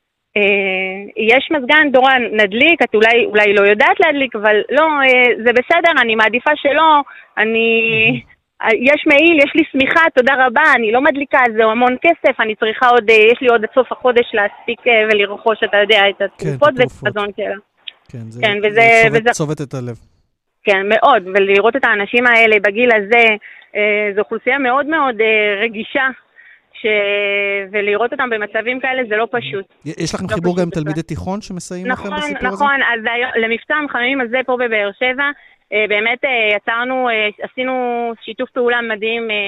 Speaker 12: יש מזגן, דורה, נדליק, את אולי, אולי לא יודעת להדליק, אבל לא, זה בסדר, אני מעדיפה שלא, אני, יש מעיל, יש לי סמיכה, תודה רבה, אני לא מדליקה, זה המון כסף, אני צריכה עוד, יש לי עוד עד סוף החודש להספיק ולרכוש, אתה יודע, את התרופות ואת החזון שלה.
Speaker 3: כן, זה, כן, וזה, זה וזה, צובט את הלב.
Speaker 12: כן, מאוד, ולראות את האנשים האלה בגיל הזה, זו אוכלוסייה מאוד מאוד רגישה, ש... ולראות אותם במצבים כאלה זה לא פשוט.
Speaker 3: יש לכם חיבור גם עם תלמידי תיכון שמסייעים לכם בסיפור הזה?
Speaker 12: נכון, נכון. אז למבצע המחממים הזה פה בבאר שבע, באמת יצרנו, עשינו שיתוף פעולה מדהים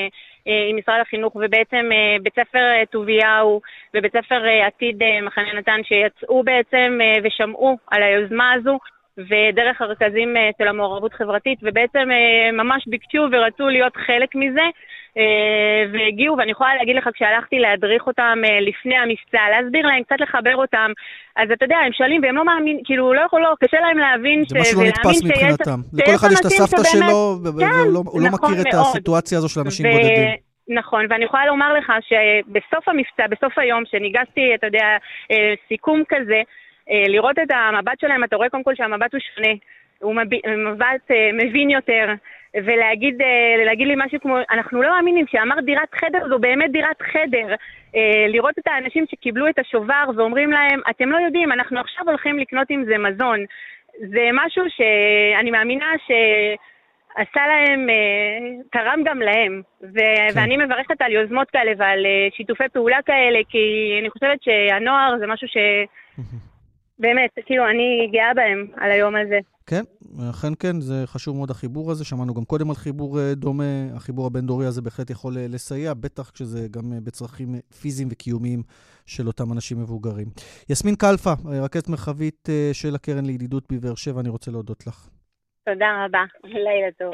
Speaker 12: עם משרד החינוך, ובעצם בית ספר טוביהו ובית ספר עתיד מחנה נתן, שיצאו בעצם ושמעו על היוזמה הזו, ודרך הרכזים של המעורבות חברתית, ובעצם ממש ביקשו ורצו להיות חלק מזה, והגיעו, ואני יכולה להגיד לך, כשהלכתי להדריך אותם לפני המבצע, להסביר להם, קצת לחבר אותם, אז אתה יודע, הם שואלים, והם לא מאמין, כאילו, לא יכול, לא, קשה להם להבין
Speaker 3: זה משהו לא נתפס מבחינתם. לכל אחד יש את הסבתא שלו, והוא לא מכיר את הסיטואציה הזו של אנשים בודדים.
Speaker 12: נכון, ואני יכולה לומר לך שבסוף המבצע, בסוף היום, שניגשתי, אתה יודע, סיכום כזה, לראות את המבט שלהם, אתה רואה קודם כל שהמבט הוא שונה, הוא מבט מבין יותר, ולהגיד להגיד לי משהו כמו, אנחנו לא מאמינים שאמר דירת חדר, זו באמת דירת חדר, לראות את האנשים שקיבלו את השובר ואומרים להם, אתם לא יודעים, אנחנו עכשיו הולכים לקנות עם זה מזון, זה משהו שאני מאמינה שעשה להם, תרם גם להם, ו- ואני מברכת על יוזמות כאלה ועל שיתופי פעולה כאלה, כי אני חושבת שהנוער זה משהו ש... באמת, כאילו, אני גאה בהם על היום הזה.
Speaker 3: כן, אכן כן, זה חשוב מאוד החיבור הזה, שמענו גם קודם על חיבור דומה, החיבור הבין-דורי הזה בהחלט יכול לסייע, בטח כשזה גם בצרכים פיזיים וקיומיים של אותם אנשים מבוגרים. יסמין קלפה, רכזת מרחבית של הקרן לידידות בבאר שבע, אני רוצה להודות לך.
Speaker 12: תודה רבה, לילה טוב.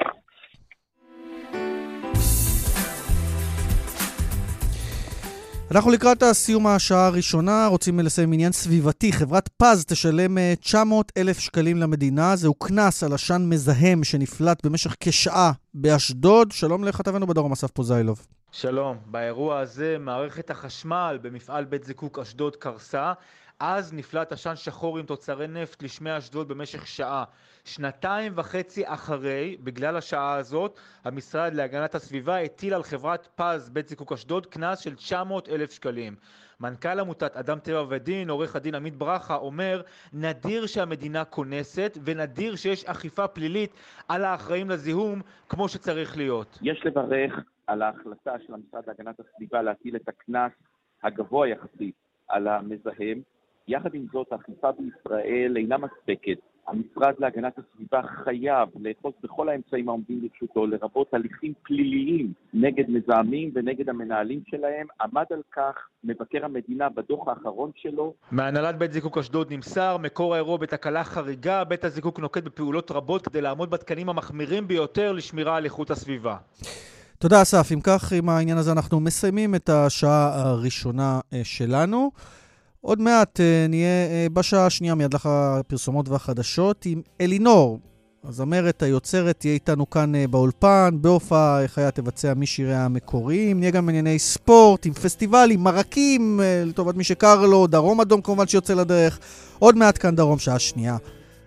Speaker 3: אנחנו לקראת הסיום השעה הראשונה, רוצים לסיים עניין סביבתי. חברת פז תשלם תשע מאות אלף שקלים למדינה, זהו כנס על עשן מזהם שנפלט במשך כשעה באשדוד. שלום לכתבנו בדרום, אסף פוזיילוב.
Speaker 13: שלום, באירוע הזה מערכת החשמל במפעל בית זיקוק אשדוד קרסה, אז נפלט עשן שחור עם תוצרי נפט לשמי אשדוד במשך שעה. שנתיים וחצי אחרי, בגלל השעה הזאת, המשרד להגנת הסביבה הטיל על חברת פז בית זיקוק אשדוד קנס של תשע מאות אלף שקלים. מנכ"ל עמותת אדם טבע ודין, עורך הדין עמית ברכה, אומר, נדיר שהמדינה כונסת ונדיר שיש אכיפה פלילית על האחראים לזיהום כמו שצריך להיות.
Speaker 14: יש לברך על ההחלטה של המשרד להגנת הסביבה להטיל את הקנס הגבוה יחסית על המזהם. יחד עם זאת, האכיפה בישראל אינה מספקת. המשרד להגנת הסביבה חייב לאחוז בכל האמצעים העומדים לרשותו, לרבות הליכים פליליים נגד מזהמים ונגד המנהלים שלהם. עמד על כך מבקר המדינה בדוח האחרון שלו.
Speaker 13: מהנהלת בית זיקוק אשדוד נמסר, מקור האירוע בתקלה חריגה, בית הזיקוק נוקט בפעולות רבות כדי לעמוד בתקנים המחמירים ביותר לשמירה על איכות הסביבה.
Speaker 3: תודה אסף, אם כך, עם העניין הזה אנחנו מסיימים את השעה הראשונה שלנו. עוד מעט נהיה בשעה השנייה מיד לך הפרסומות והחדשות עם אלינור. הזמרת היוצרת תהיה איתנו כאן באולפן, בהופעה חיה תבצע משיריה המקוריים, נהיה גם בענייני ספורט, עם פסטיבלים, מרקים, לטובת מי שקר לו, דרום אדום כמובן שיוצא לדרך. עוד מעט כאן דרום, שעה שנייה.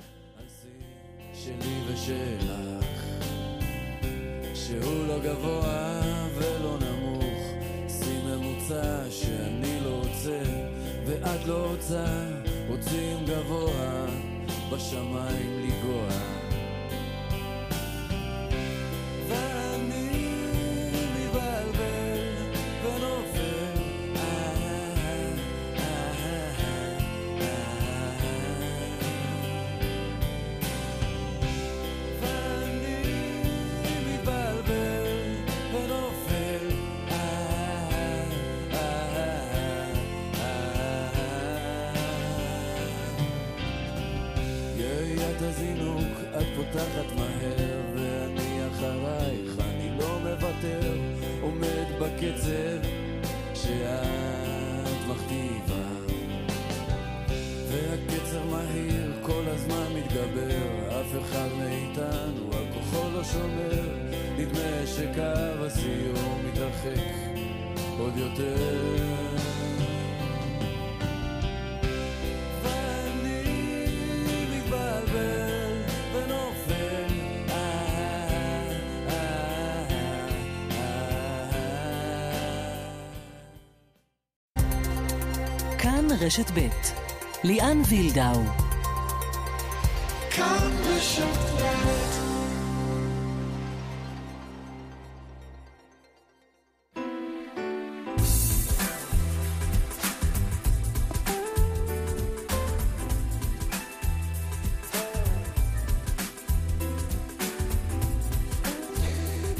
Speaker 6: שלי ושלך, שהוא לא גבוה ולא נמוך, שיא ממוצע שאני לא רוצה ואת לא רוצה, רוצים גבוה בשמיים לגוע, ואני מבלבל ונופל, ואני מבלבל ונופל, יריית הזינוק את פותחת מהר ואני אחרייך, אני לא מוותר, עומד בקצב שאת מכתיבה, והקצב מהיר כל הזמן מתגבר, אף אחד מאיתנו על כוחו לא שומר, נדמה שקו הסיום מתרחק עוד יותר,
Speaker 1: כאן רשת ב' ליאן וילדאו. כאן רשת ב'.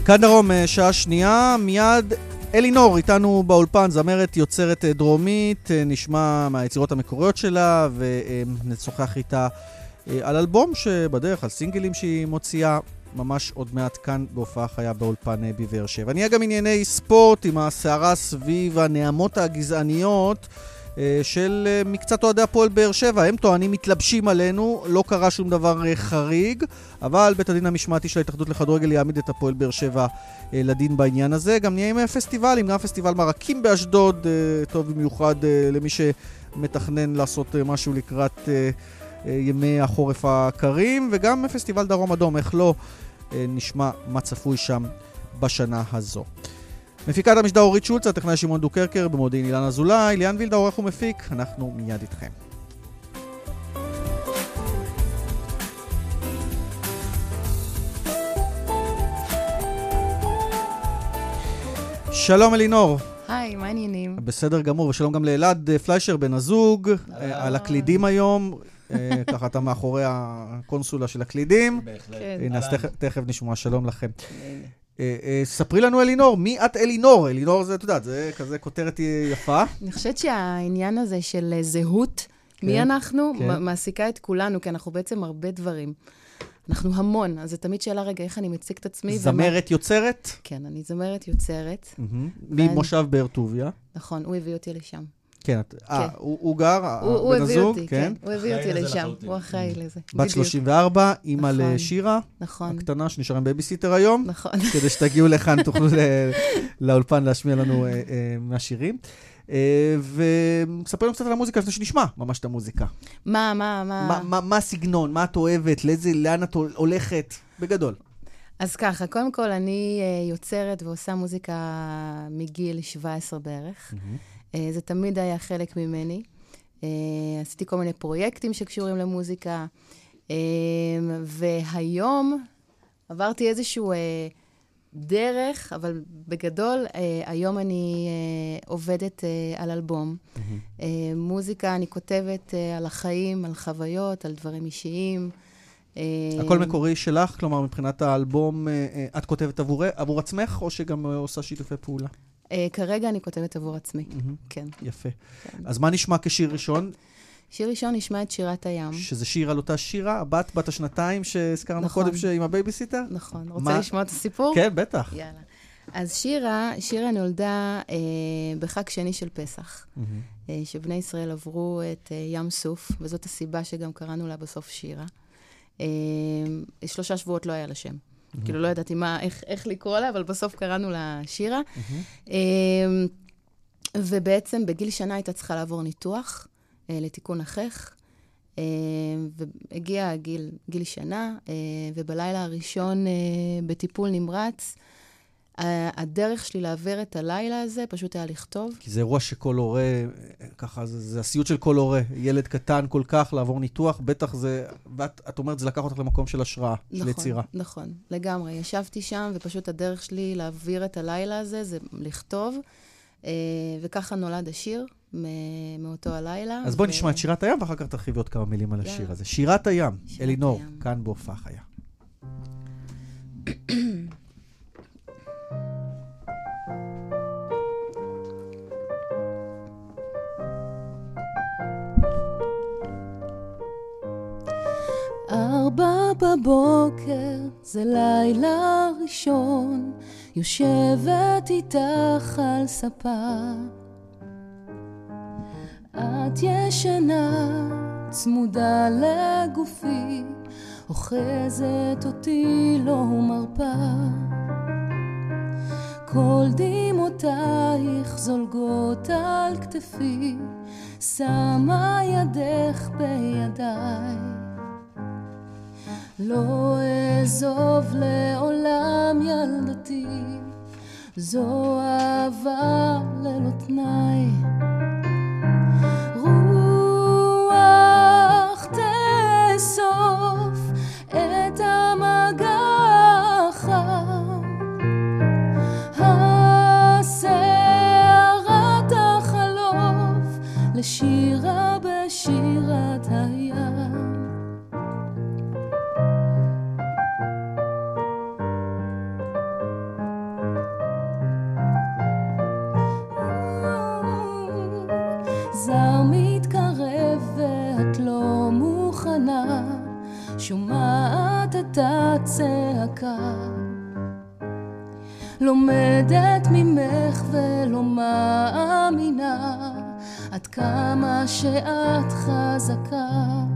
Speaker 3: כאן דרום, שעה שנייה, מיד אלינור איתנו באולפן, זמרת יוצרת דרומית, נשמע מהיצירות המקוריות שלה ונשוחח איתה על אלבום שבדרך, על סינגלים שהיא מוציאה ממש עוד מעט כאן בהופעה חיה באולפן בבאר שבע. נהיה גם ענייני ספורט עם הסערה סביב הנעמות הגזעניות של מקצת אוהדי הפועל באר שבע. הם טוענים מתלבשים עלינו, לא קרה שום דבר חריג, אבל בית הדין המשמעתי של ההתאחדות לכדורגל יעמיד את הפועל באר שבע לדין בעניין הזה. גם נהיה עם פסטיבלים, גם פסטיבל מרקים באשדוד, טוב במיוחד למי שמתכנן לעשות משהו לקראת ימי החורף הקרים, וגם פסטיבל דרום אדום, איך לא, נשמע מה צפוי שם בשנה הזו. מפיקת המשדר אורית שולץ, הטכנאי שמעון דוקרקר, במודיעין אילן אזולאי, ליאן וילדה עורך ומפיק, אנחנו מיד איתכם. שלום אלינור.
Speaker 15: היי, מה העניינים?
Speaker 3: בסדר גמור, ושלום גם לאלעד פליישר בן הזוג, על הקלידים היום. ככה אתה מאחורי הקונסולה של הקלידים.
Speaker 15: בהחלט.
Speaker 3: הנה, אז תכף נשמע, שלום לכם. ספרי לנו אלינור, מי את אלינור? אלינור זה, אתה יודע, זה כזה כותרת יפה.
Speaker 15: אני חושבת שהעניין הזה של זהות, מי אנחנו, מעסיקה את כולנו, כי אנחנו בעצם הרבה דברים. אנחנו המון, אז זה תמיד שאלה רגע, איך אני מציג את עצמי.
Speaker 3: זמרת יוצרת?
Speaker 15: כן, אני זמרת יוצרת.
Speaker 3: ממושב באר טוביה.
Speaker 15: נכון, הוא הביא אותי לשם.
Speaker 3: כן, הוא גר,
Speaker 15: בן הזוג, כן. הוא הביא אותי לשם, הוא אחראי לזה.
Speaker 3: בת שלושים וארבע, אימא לשירה, הקטנה שנשארה עם בייביסיטר היום, כדי שתגיעו לכאן, תוכלו לאולפן להשמיע לנו מהשירים. וספר לנו קצת על המוזיקה, לפני שנשמע ממש את המוזיקה.
Speaker 15: מה, מה, מה?
Speaker 3: מה הסגנון, מה את אוהבת, לאן את הולכת, בגדול.
Speaker 15: אז ככה, קודם כל אני יוצרת ועושה מוזיקה מגיל שבע עשרה בערך. זה תמיד היה חלק ממני. עשיתי כל מיני פרויקטים שקשורים למוזיקה, והיום עברתי איזשהו דרך, אבל בגדול, היום אני עובדת על אלבום. מוזיקה, אני כותבת על החיים, על חוויות, על דברים אישיים.
Speaker 3: הכל מקורי שלך? כלומר, מבחינת האלבום, את כותבת עבור עצמך, או שגם עושה שיתופי פעולה?
Speaker 15: כרגע אני כותבת עבור עצמי, כן.
Speaker 3: יפה. אז מה נשמע כשיר ראשון?
Speaker 15: שיר ראשון נשמע את שירת הים.
Speaker 3: שזה שיר על אותה שירה, הבת, בת השנתיים שהזכרנו קודם עם הבייביסיטר?
Speaker 15: נכון. רוצה לשמוע את הסיפור?
Speaker 3: כן, בטח.
Speaker 15: יאללה. אז שירה, שירה נולדה בחג שני של פסח, שבני ישראל עברו את ים סוף, וזאת הסיבה שגם קראנו לה בסוף שירה. שלושה שבועות לא היה לה שם. כאילו לא ידעתי מה, איך, איך לקרוא לה, אבל בסוף קראנו לה שירה. ובעצם בגיל שנה הייתה צריכה לעבור ניתוח לתיקון החך, והגיע גיל, גיל שנה, ובלילה הראשון בטיפול נמרץ, הדרך שלי לעבר את הלילה הזה פשוט היה לכתוב. כי
Speaker 3: זה אירוע שכל הורה, ככה, זה, זה הסיוט של כל הורה. ילד קטן כל כך לעבור ניתוח, בטח זה, ואת את אומרת, זה לקח אותך למקום של השראה,
Speaker 15: נכון,
Speaker 3: של יצירה.
Speaker 15: נכון, לגמרי. ישבתי שם, ופשוט הדרך שלי להעביר את הלילה הזה, זה לכתוב, וככה נולד השיר מאותו הלילה.
Speaker 3: אז בואי ו... נשמע את שירת הים, ואחר כך תרחיבי עוד כמה מילים על השיר הזה. שירת הים, שירת אלינור, הים. כאן בהופעה חיה.
Speaker 16: ארבע בבוקר, זה לילה ראשון, יושבת איתך על ספה. את ישנה, צמודה לגופי, אוחזת אותי לא מרפה. כל דמעותייך זולגות על כתפי, שמה ידך בידיי. לא אעזוב לעולם ילדתי, זו אהבה ללא תנאי. רוח תאסוף את המגע החם, הסערה תחלוף לשירה בשירת הים. הזר מתקרב ואת לא מוכנה, שומעת את הצעקה, לומדת ממך ולא מאמינה עד כמה שאת חזקה.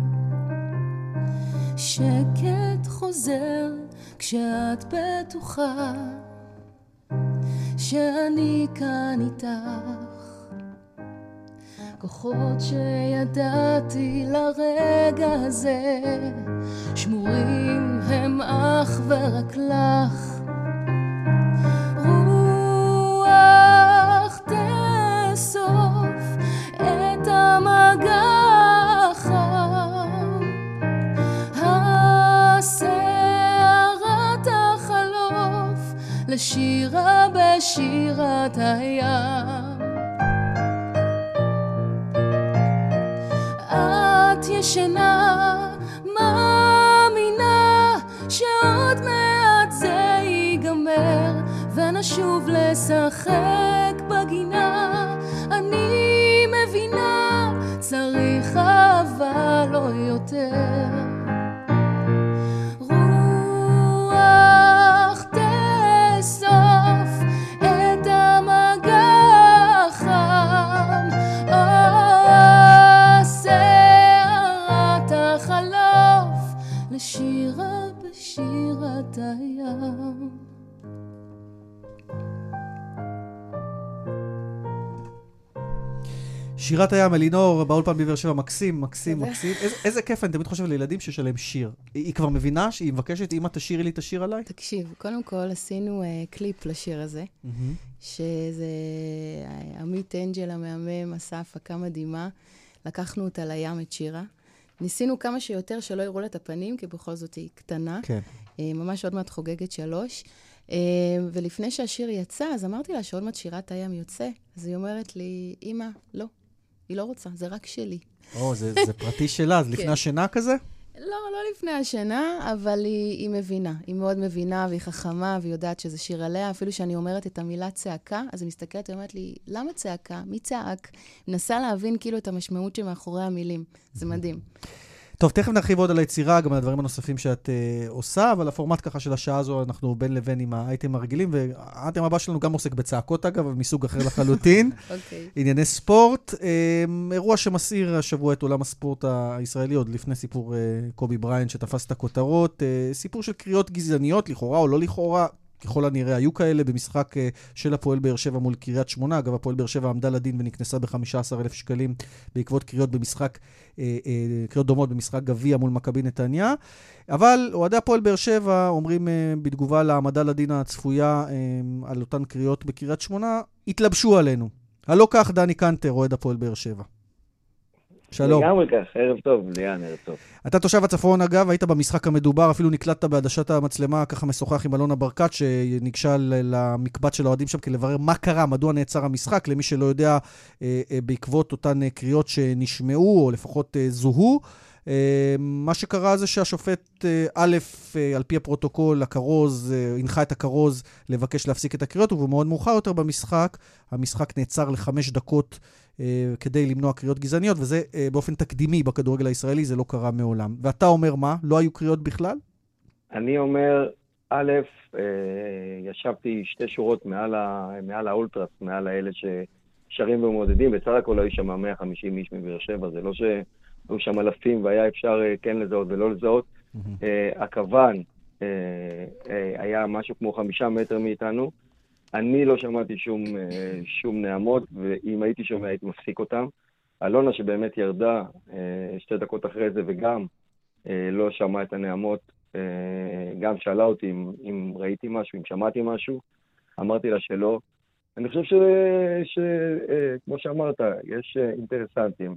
Speaker 16: שקט חוזר כשאת בטוחה שאני כאן איתך, כוחות שידעתי לרגע הזה שמורים הם אך ורק לך. רוח תאסוף את המגע החם, השערה תחלוף לשירה בשירת הים. את ישנה, מאמינה שעוד מעט זה ייגמר ונשוב לשחק בגינה. אני מבינה, צריך אהבה לא יותר. רוח תאסוף את המגע החם, השערה תחלוף לשירה בשירת הים.
Speaker 3: שירת הים, אלינור, באולפן בבאר שבע, מקסים, מקסים, מקסים. איזה, איזה כיף, אני תמיד חושב לילדים שיש עליהם שיר. היא, היא כבר מבינה שהיא מבקשת, אמא תשירי לי את השיר עליי?
Speaker 15: תקשיב, קודם כל עשינו uh, קליפ לשיר הזה, mm-hmm. שזה uh, עמית אנג'ל המהמם, עשה הפקה מדהימה, לקחנו אותה לים את שירה. ניסינו כמה שיותר שלא יראו לה את הפנים, כי בכל זאת היא קטנה. כן. Uh, ממש עוד מעט חוגגת שלוש. Uh, ולפני שהשיר יצא, אז אמרתי לה שעוד מעט שירת הים יוצא. אז היא אומרת לי, אמא, לא. היא לא רוצה, זה רק שלי.
Speaker 3: או, זה, זה פרטי שלה, אז לפני השינה כזה?
Speaker 15: לא, לא לפני השינה, אבל היא, היא מבינה. היא מאוד מבינה, והיא חכמה, והיא יודעת שזה שיר עליה. אפילו שאני אומרת את המילה צעקה, אז היא מסתכלת ואומרת לי, למה צעקה? מי צעק? מנסה להבין כאילו את המשמעות שמאחורי המילים. זה מדהים.
Speaker 3: טוב, תכף נרחיב עוד על היצירה, גם על הדברים הנוספים שאת uh, עושה, אבל הפורמט ככה של השעה הזו, אנחנו בין לבין עם האייטם הרגילים, והאייטם הבא שלנו גם עוסק בצעקות אגב, מסוג אחר לחלוטין. אוקיי. ענייני ספורט, um, אירוע שמסעיר השבוע את עולם הספורט הישראלי, עוד לפני סיפור uh, קובי בריינט שתפס את הכותרות, uh, סיפור של קריאות גזעניות, לכאורה או לא לכאורה, ככל הנראה היו כאלה במשחק של הפועל באר שבע מול קריית שמונה. אגב, הפועל באר שבע עמדה לדין ונכנסה ב-חמישה עשר אלף שקלים בעקבות קריאות במשחק, קריאות דומות במשחק גביע מול מכבי נתניה. אבל אוהדי הפועל באר שבע אומרים בתגובה לעמדה לדין הצפויה על אותן קריאות בקריית שמונה, התלבשו עלינו. הלא כך דני קנטר, אוהד הפועל באר שבע. שלום.
Speaker 17: לגמרי כך, ערב טוב, ליאן, ערב טוב.
Speaker 3: אתה תושב הצפון אגב, היית במשחק המדובר, אפילו נקלטת בעדשת המצלמה, ככה משוחח עם אלונה ברקת, שניגשה למקבץ של האוהדים שם, כדי לברר מה קרה, מדוע נעצר המשחק, למי שלא יודע, בעקבות אותן קריאות שנשמעו, או לפחות זוהו. מה שקרה זה שהשופט א', על פי הפרוטוקול, הכרוז, הנחה את הכרוז לבקש להפסיק את הקריאות, ובמאוד מאוחר יותר במשחק, המשחק נעצר לחמש דקות כדי למנוע קריאות גזעניות, וזה באופן תקדימי בכדורגל הישראלי, זה לא קרה מעולם. ואתה אומר מה? לא היו קריאות בכלל?
Speaker 17: אני אומר, א', ישבתי שתי שורות מעל, ה, מעל האולטרס, מעל האלה ששרים ומעודדים, בסך הכל היו שם מאה וחמישים איש מבאר שבע, זה לא שהיו שם אלפים והיה אפשר כן לזהות ולא לזהות. Mm-hmm. הכוון היה משהו כמו חמישה מטר מאיתנו, אני לא שמעתי שום, שום נעמות, ואם הייתי שומע הייתי מפסיק אותם. אלונה שבאמת ירדה שתי דקות אחרי זה וגם לא שמעה את הנעמות, גם שאלה אותי אם, אם ראיתי משהו, אם שמעתי משהו, אמרתי לה שלא. אני חושב ש, ש, כמו שאמרת, יש אינטרסנטים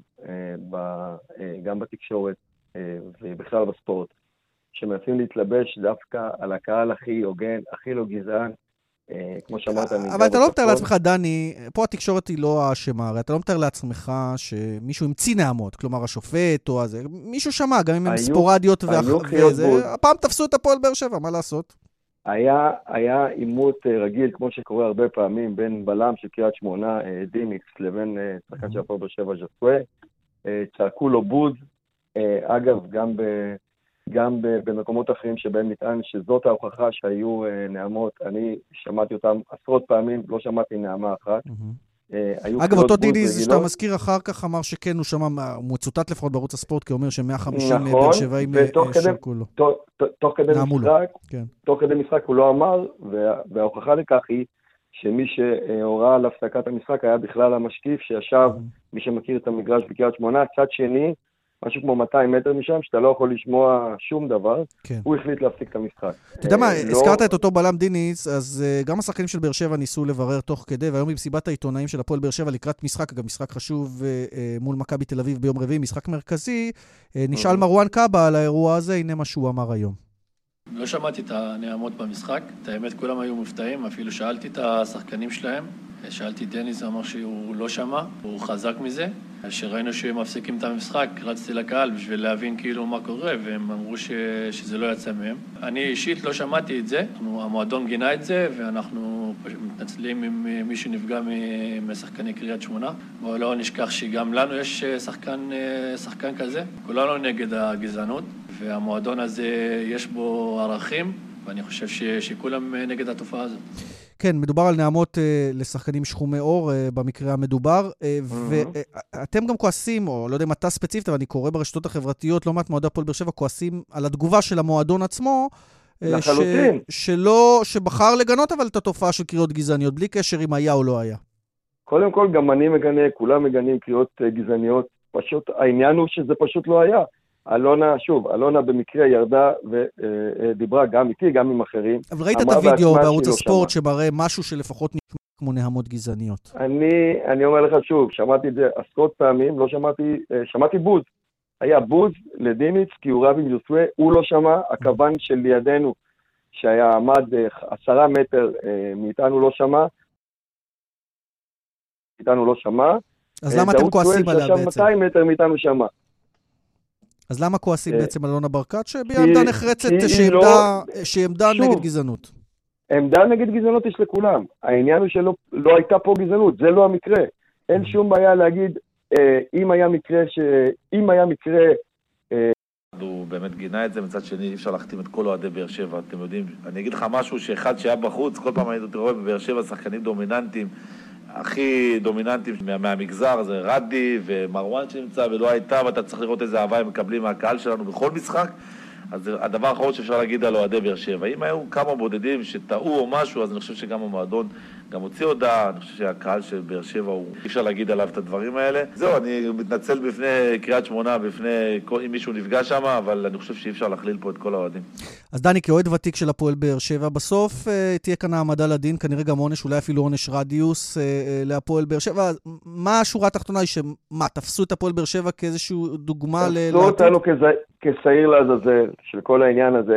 Speaker 17: גם בתקשורת ובכלל בספורט, שמנסים להתלבש דווקא על הקהל הכי הוגן, הכי לא גזען, כמו שאמרת,
Speaker 3: אבל אתה לא מתאר לעצמך, דני, פה התקשורת היא לא האשמה, הרי אתה לא מתאר לעצמך שמישהו המציא נעמות, כלומר השופט או הזה, מישהו שמע, גם אם הם ספורדיות ואחרי זה, הפעם תפסו את הפועל באר שבע, מה לעשות?
Speaker 17: היה, היה עימות רגיל, כמו שקורה הרבה פעמים, בין בלם של קריית שמונה, דימיקס, לבין שחקן של הפועל באר שבע ז'וסווה. צעקו לו בוז. אגב, גם ב... גם במקומות אחרים שבהם נטען שזאת ההוכחה שהיו נעמות, אני שמעתי אותם עשרות פעמים, לא שמעתי נעמה אחת.
Speaker 3: אגב, אותו דיניז שאתה מזכיר אחר כך אמר שכן, הוא שמע, הוא מצוטט לפחות בערוץ הספורט, כי אומר ש-מאה וחמישים באר שבעים שרקו לו.
Speaker 17: תוך כדי משחק, תוך כדי משחק הוא לא אמר, וההוכחה לכך היא שמי שהורה על הפסקת המשחק היה בכלל המשקיף שישב, מי שמכיר את המגרש בקריית שמונה, צד שני, משהו כמו מאתיים מטר משם, שאתה לא יכול לשמוע שום דבר, כן. הוא החליט להפסיק את המשחק.
Speaker 3: אתה יודע מה, לא... הזכרת את אותו בלם דיניס, אז uh, גם השחקנים של באר שבע ניסו לברר תוך כדי, והיום במסיבת העיתונאים של הפועל באר שבע לקראת משחק, אגב משחק חשוב uh, uh, מול מכבי תל אביב ביום רביעי, משחק מרכזי, uh, נשאל מרואן קאבה על האירוע הזה, הנה מה שהוא אמר היום.
Speaker 18: לא שמעתי את הנעמות במשחק, את האמת כולם היו מופתעים, אפילו שאלתי את השחקנים שלהם, שאלתי דניס, אמר שהוא לא שמע, הוא חזק מזה. כשראינו שהם מפסיקים את המשחק, רצתי לקהל בשביל להבין כאילו מה קורה, והם אמרו ש... שזה לא יצא מהם. אני אישית לא שמעתי את זה, אנחנו, המועדון גינה את זה, ואנחנו מתנצלים אם מישהו נפגע משחקני קריית שמונה. אבל לא נשכח שגם לנו יש שחקן, שחקן כזה, כולנו נגד הגזענות, והמועדון הזה יש בו ערכים, ואני חושב ש... שכולם נגד התופעה הזאת.
Speaker 3: כן, מדובר על נעמות אה, לשחקנים שחומי אור אה, במקרה המדובר, אה, ואתם גם כועסים, או לא יודע אם אתה ספציפית, אבל אני קורא ברשתות החברתיות, לא מעט מועדי הפועל באר שבע כועסים על התגובה של המועדון עצמו, אה, ש, שלא, שבחר לגנות אבל את התופעה של קריאות גזעניות, בלי קשר אם היה או לא היה.
Speaker 17: קודם כל, גם אני מגנה, כולם מגנים קריאות גזעניות, פשוט, העניין הוא שזה פשוט לא היה. אלונה, שוב, אלונה במקרה ירדה ודיברה גם איתי, גם עם אחרים.
Speaker 3: אבל ראית את הוידאו בערוץ הספורט שמראה משהו שלפחות נשמע כמו נעמות גזעניות.
Speaker 17: אני, אני אומר לך שוב, שמעתי את זה עשרות פעמים, לא שמעתי, שמעתי בוז. היה בוז לדיניץ, כי הוא רב עם ז'וסווה, הוא לא שמע, הכוון של לידינו, שהיה עמד עשרה מטר מאיתנו לא שמע, מאיתנו לא שמע.
Speaker 3: אז למה אתם כועסים עליה בעצם?
Speaker 17: מאתיים מטר מאיתנו שמע.
Speaker 3: אז למה כועסים בעצם על אלונה ברקת, שהביעה עמדה נחרצת שהיא עמדה נגד גזענות?
Speaker 17: עמדה נגד גזענות יש לכולם. העניין הוא שלא הייתה פה גזענות, זה לא המקרה. אין שום בעיה להגיד, אם היה מקרה, אם היה מקרה...
Speaker 19: הוא באמת גינה את זה, מצד שני אי אפשר להחתים את כל אוהדי באר שבע, אתם יודעים, אני אגיד לך משהו שאחד שהיה בחוץ, כל פעם הייתי רואה בבאר שבע שחקנים דומיננטיים, הכי דומיננטיים מה, מהמגזר, זה רדי ומרואן שנמצא ולא הייתה, ואתה צריך לראות איזה אהבה הם מקבלים מהקהל שלנו בכל משחק. אז הדבר האחרון שאפשר להגיד על אוהדי באר שבע, אם היו כמה בודדים שטעו או משהו, אז אני חושב שגם המועדון גם הוציא הודעה, אני חושב שהקהל של באר שבע, הוא אי אפשר להגיד עליו את הדברים האלה. זהו, אני מתנצל בפני קריית שמונה, בפני אם מישהו נפגע שם, אבל אני חושב שאי אפשר להכליל פה את כל האוהדים.
Speaker 3: אז דני, כאוהד ותיק של הפועל באר שבע, בסוף תהיה כאן העמדה לדין, כנראה גם עונש, אולי אפילו עונש רדיוס להפועל באר שבע. מה השורה התחתונה היא שמה, תפסו את הפועל באר שבע כאיזשהו דוגמה ל...
Speaker 17: תפסו אותנו כשעיר לעזאזל של כל העניין הזה,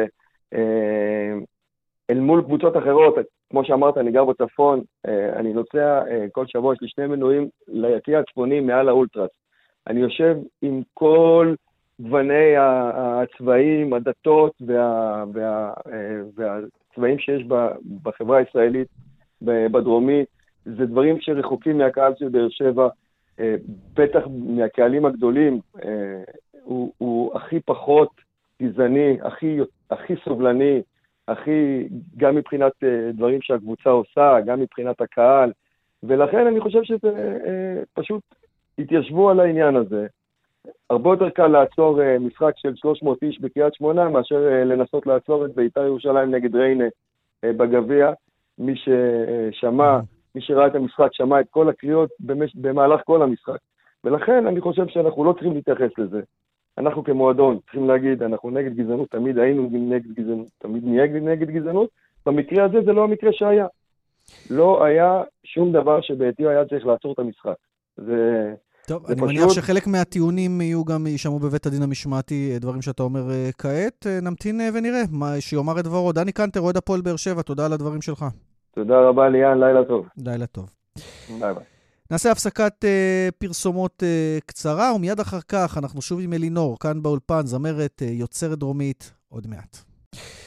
Speaker 17: אל מול קבוצות אחרות, כמו שאמרת, אני גר בצפון, אני נוסע כל שבוע, יש לי שני מנויים ליקיע הצפוני מעל האולטרס. אני יושב עם כל גווני הצבעים, הדתות וה, וה, והצבעים שיש בחברה הישראלית בדרומי, זה דברים שרחוקים מהקהל של באר שבע, בטח מהקהלים הגדולים, הוא, הוא הכי פחות גזעני, הכי, הכי סובלני, הכי, גם מבחינת דברים שהקבוצה עושה, גם מבחינת הקהל, ולכן אני חושב שזה פשוט התיישבו על העניין הזה. הרבה יותר קל לעצור משחק של שלוש מאות איש בקריית שמונה, מאשר לנסות לעצור את בית"ר ירושלים נגד ריינה בגביע. מי ששמע, מי שראה את המשחק, שמע את כל הקריאות במש... במהלך כל המשחק. ולכן אני חושב שאנחנו לא צריכים להתייחס לזה. אנחנו כמועדון צריכים להגיד, אנחנו נגד גזענות, תמיד היינו נגד גזענות, תמיד נהיה נגד גזענות. במקרה הזה זה לא המקרה שהיה. לא היה שום דבר שבעתיו היה צריך לעצור את המשחק. זה...
Speaker 3: טוב, אני פשוט... מניח שחלק מהטיעונים יהיו גם יישמעו בבית הדין המשמעתי, דברים שאתה אומר כעת. נמתין ונראה מה שיאמר את דברו. דני קנטר, אוהד הפועל באר שבע, תודה על הדברים שלך.
Speaker 17: תודה רבה ליאן, לילה טוב.
Speaker 3: לילה טוב.
Speaker 17: ביי ביי.
Speaker 3: נעשה הפסקת uh, פרסומות uh, קצרה, ומיד אחר כך אנחנו שוב עם אלינור, כאן באולפן, זמרת uh, יוצרת דרומית, עוד מעט.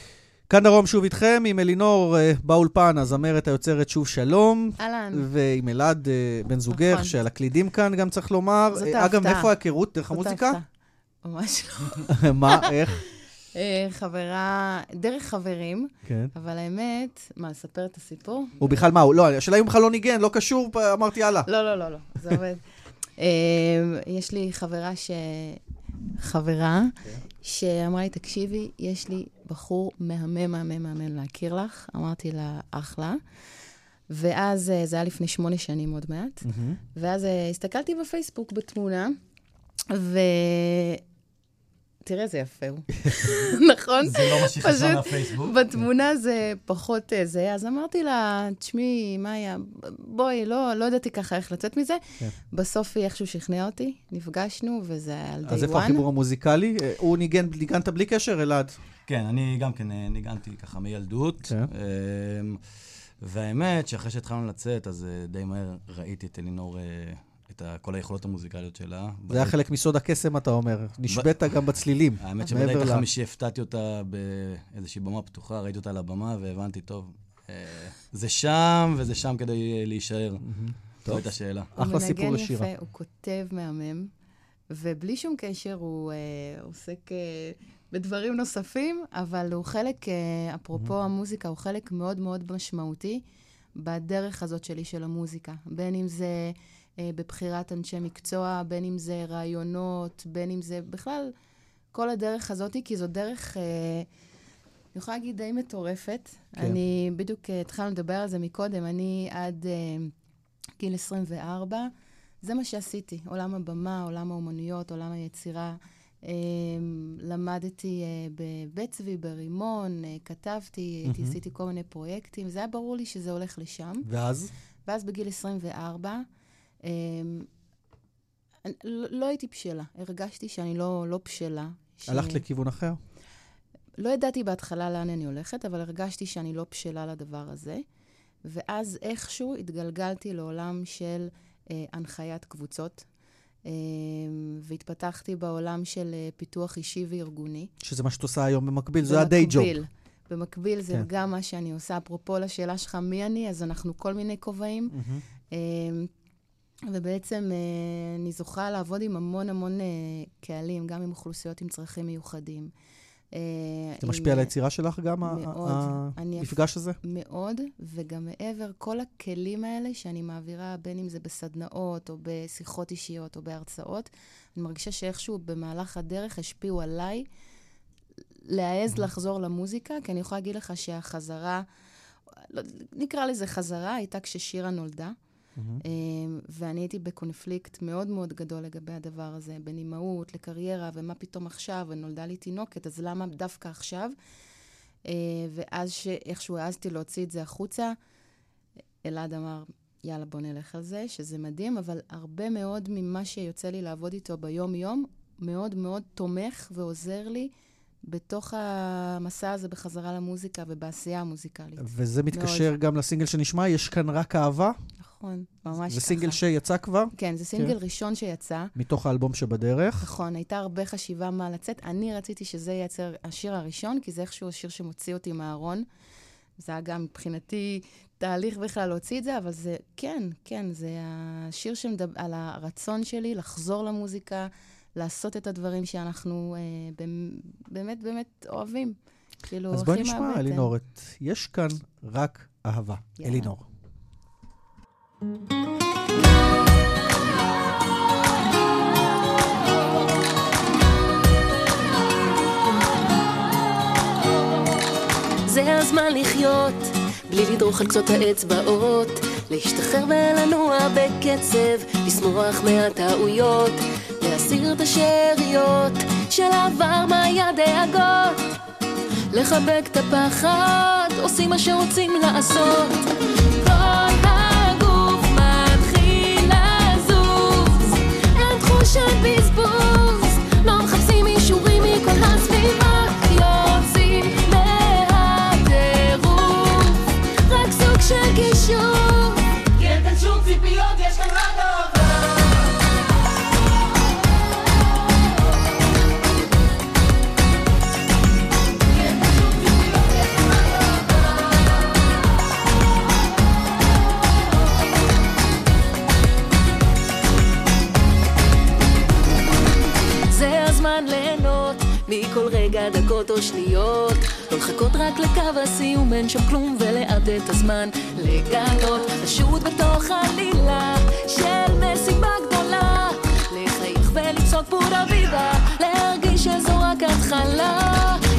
Speaker 3: כאן דרום שוב איתכם, עם אלינור באולפן, הזמרת היוצרת שוב שלום.
Speaker 15: אהלן.
Speaker 3: ועם אלעד בן זוגך, נכון. שעל הקלידים כאן גם צריך לומר.
Speaker 15: זאת ההפתעה.
Speaker 3: אגב, מאיפה ההיכרות? דרך המוזיקה?
Speaker 15: ממש לא.
Speaker 3: מה? איך?
Speaker 15: חברה, דרך חברים,
Speaker 3: כן.
Speaker 15: אבל האמת, מה, לספר את הסיפור?
Speaker 3: הוא בכלל מה? לא, השאלה אם בכלל לא ניגן, לא קשור, אמרתי הלאה.
Speaker 15: לא, לא, לא, לא, זה עובד. יש לי חברה ש... חברה, שאמרה לי, תקשיבי, יש לי בחור מהמם, מהמם, מהמם להכיר לך. אמרתי לה, אחלה. ואז, זה היה לפני שמונה שנים עוד מעט, ואז הסתכלתי בפייסבוק בתמונה, ו... תראה, זה יפה הוא. נכון?
Speaker 20: זה לא מה שחשבה מהפייסבוק.
Speaker 15: בתמונה זה פחות זה, אז אמרתי לה, תשמעי, מאיה, בואי, לא, לא ידעתי ככה איך לצאת מזה. בסוף היא איכשהו שכנע אותי, נפגשנו, וזה היה על די וואן.
Speaker 3: אז איפה החיבור המוזיקלי? הוא ניגן, ניגנת בלי קשר, אלעד?
Speaker 20: כן, אני גם כן ניגנתי ככה מילדות. והאמת, שאחרי שהתחלנו לצאת, אז די מהר ראיתי את אלינור... את כל היכולות המוזיקליות שלה.
Speaker 3: זה היה חלק מסוד הקסם, אתה אומר. נשבט גם בצלילים.
Speaker 20: האמת שברגע חמישי הפתעתי אותה באיזושהי במה פתוחה, ראיתי אותה על הבמה והבנתי, טוב, זה שם וזה שם כדי להישאר. זו הייתה שאלה.
Speaker 3: אחלה סיפור לשירה.
Speaker 15: הוא מנגן יפה, הוא כותב מהמם, ובלי שום קשר הוא עוסק בדברים נוספים, אבל הוא חלק, אפרופו המוזיקה, הוא חלק מאוד מאוד משמעותי בדרך הזאת שלי של המוזיקה. בין אם זה... בבחירת אנשי מקצוע, בין אם זה רעיונות, בין אם זה בכלל כל הדרך הזאת, כי זו דרך, אני יכולה להגיד, די מטורפת. כן. אני בדיוק התחלנו לדבר על זה מקודם, אני עד uh, גיל עשרים וארבע, זה מה שעשיתי, עולם הבמה, עולם האומנויות, עולם היצירה. Uh, למדתי uh, בבית צבי, ברימון, uh, כתבתי, mm-hmm. עשיתי כל מיני פרויקטים, זה היה ברור לי שזה הולך לשם.
Speaker 3: ואז?
Speaker 15: ואז בגיל עשרים וארבע, Um, לא, לא הייתי בשלה. הרגשתי שאני לא, לא בשלה.
Speaker 3: הלכת ש... לכיוון אחר?
Speaker 15: לא ידעתי בהתחלה לאן אני הולכת, אבל הרגשתי שאני לא בשלה לדבר הזה. ואז איכשהו התגלגלתי לעולם של uh, הנחיית קבוצות, uh, והתפתחתי בעולם של uh, פיתוח אישי וארגוני.
Speaker 3: שזה מה שאת עושה היום במקביל, זה הדיי ג'וב.
Speaker 15: במקביל זה כן. גם מה שאני עושה. אפרופו לשאלה שלך מי אני, אז אנחנו כל מיני כובעים. Mm-hmm. Uh, ובעצם אה, אני זוכה לעבוד עם המון המון אה, קהלים, גם עם אוכלוסיות עם צרכים מיוחדים.
Speaker 3: אה, זה משפיע על היצירה שלך גם, המפגש הזה?
Speaker 15: מאוד, וגם מעבר, כל הכלים האלה שאני מעבירה, בין אם זה בסדנאות, או בשיחות אישיות, או בהרצאות, אני מרגישה שאיכשהו במהלך הדרך השפיעו עליי להעז לחזור למוזיקה, כי אני יכולה להגיד לך שהחזרה, נקרא לזה חזרה, הייתה כששירה נולדה. Mm-hmm. ואני הייתי בקונפליקט מאוד מאוד גדול לגבי הדבר הזה, בין אימהות לקריירה, ומה פתאום עכשיו, ונולדה לי תינוקת, אז למה דווקא עכשיו? ואז שאיכשהו העזתי להוציא את זה החוצה, אלעד אמר, יאללה בוא נלך על זה, שזה מדהים, אבל הרבה מאוד ממה שיוצא לי לעבוד איתו ביום יום, מאוד מאוד תומך ועוזר לי בתוך המסע הזה בחזרה למוזיקה ובעשייה המוזיקלית.
Speaker 3: וזה מתקשר מאוד. גם לסינגל שנשמע, יש כאן רק אהבה?
Speaker 15: נכון, ממש ככה.
Speaker 3: זה סינגל שיצא כבר?
Speaker 15: כן, זה סינגל כן. ראשון שיצא.
Speaker 3: מתוך האלבום שבדרך?
Speaker 15: נכון, הייתה הרבה חשיבה מה לצאת. אני רציתי שזה ייצר השיר הראשון, כי זה איכשהו השיר שמוציא אותי מהארון. זה היה גם מבחינתי תהליך בכלל להוציא את זה, אבל זה, כן, כן, זה השיר שמדבר על הרצון שלי לחזור למוזיקה, לעשות את הדברים שאנחנו אה, באמת באמת אוהבים. כאילו,
Speaker 3: אז בואי נשמע, אלינור, יש כאן רק אהבה. יאללה. אלינור.
Speaker 21: זה הזמן לחיות, בלי לדרוך על קצות האצבעות, להשתחרר ולנוע בקצב, לשמוח מהטעויות, להסיר את השאריות של העבר מהיד דאגות, לחבק את הפחד, עושים מה שרוצים לעשות. כל הגוף מתחיל לזוז, אין תחושת בזבוז, לא מחפשים אישורים מכל הסביבה, יוצאים מהטירוף, רק סוג של גישור, כי אין כאן שום ציפיות, יש כאן רק אהבה.
Speaker 16: מכל רגע דקות או שניות, לא לחכות רק לקו הסיום, אין שם כלום ולאט את הזמן לגלות, לשוט בתוך עלילה של מסיבה גדולה, לחייך ולצעוק פורה וידה, להרגיש שזו רק התחלה.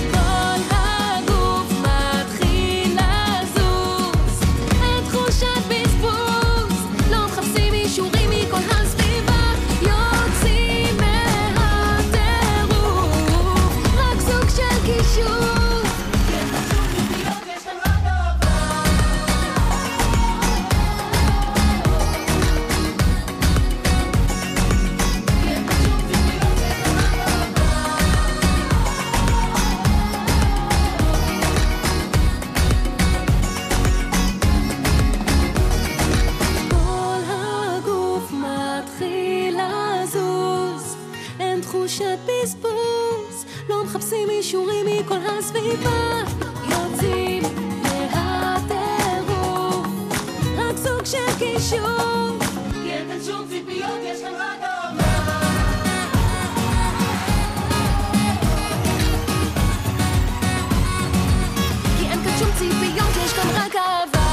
Speaker 16: אישורים מכל הסביבה, יוצאים מהטירוף, רק סוג של קישור, כי אין כאן שום ציפיות, יש כאן רק אהבה. כי אין כאן שום ציפיות, יש כאן רק אהבה.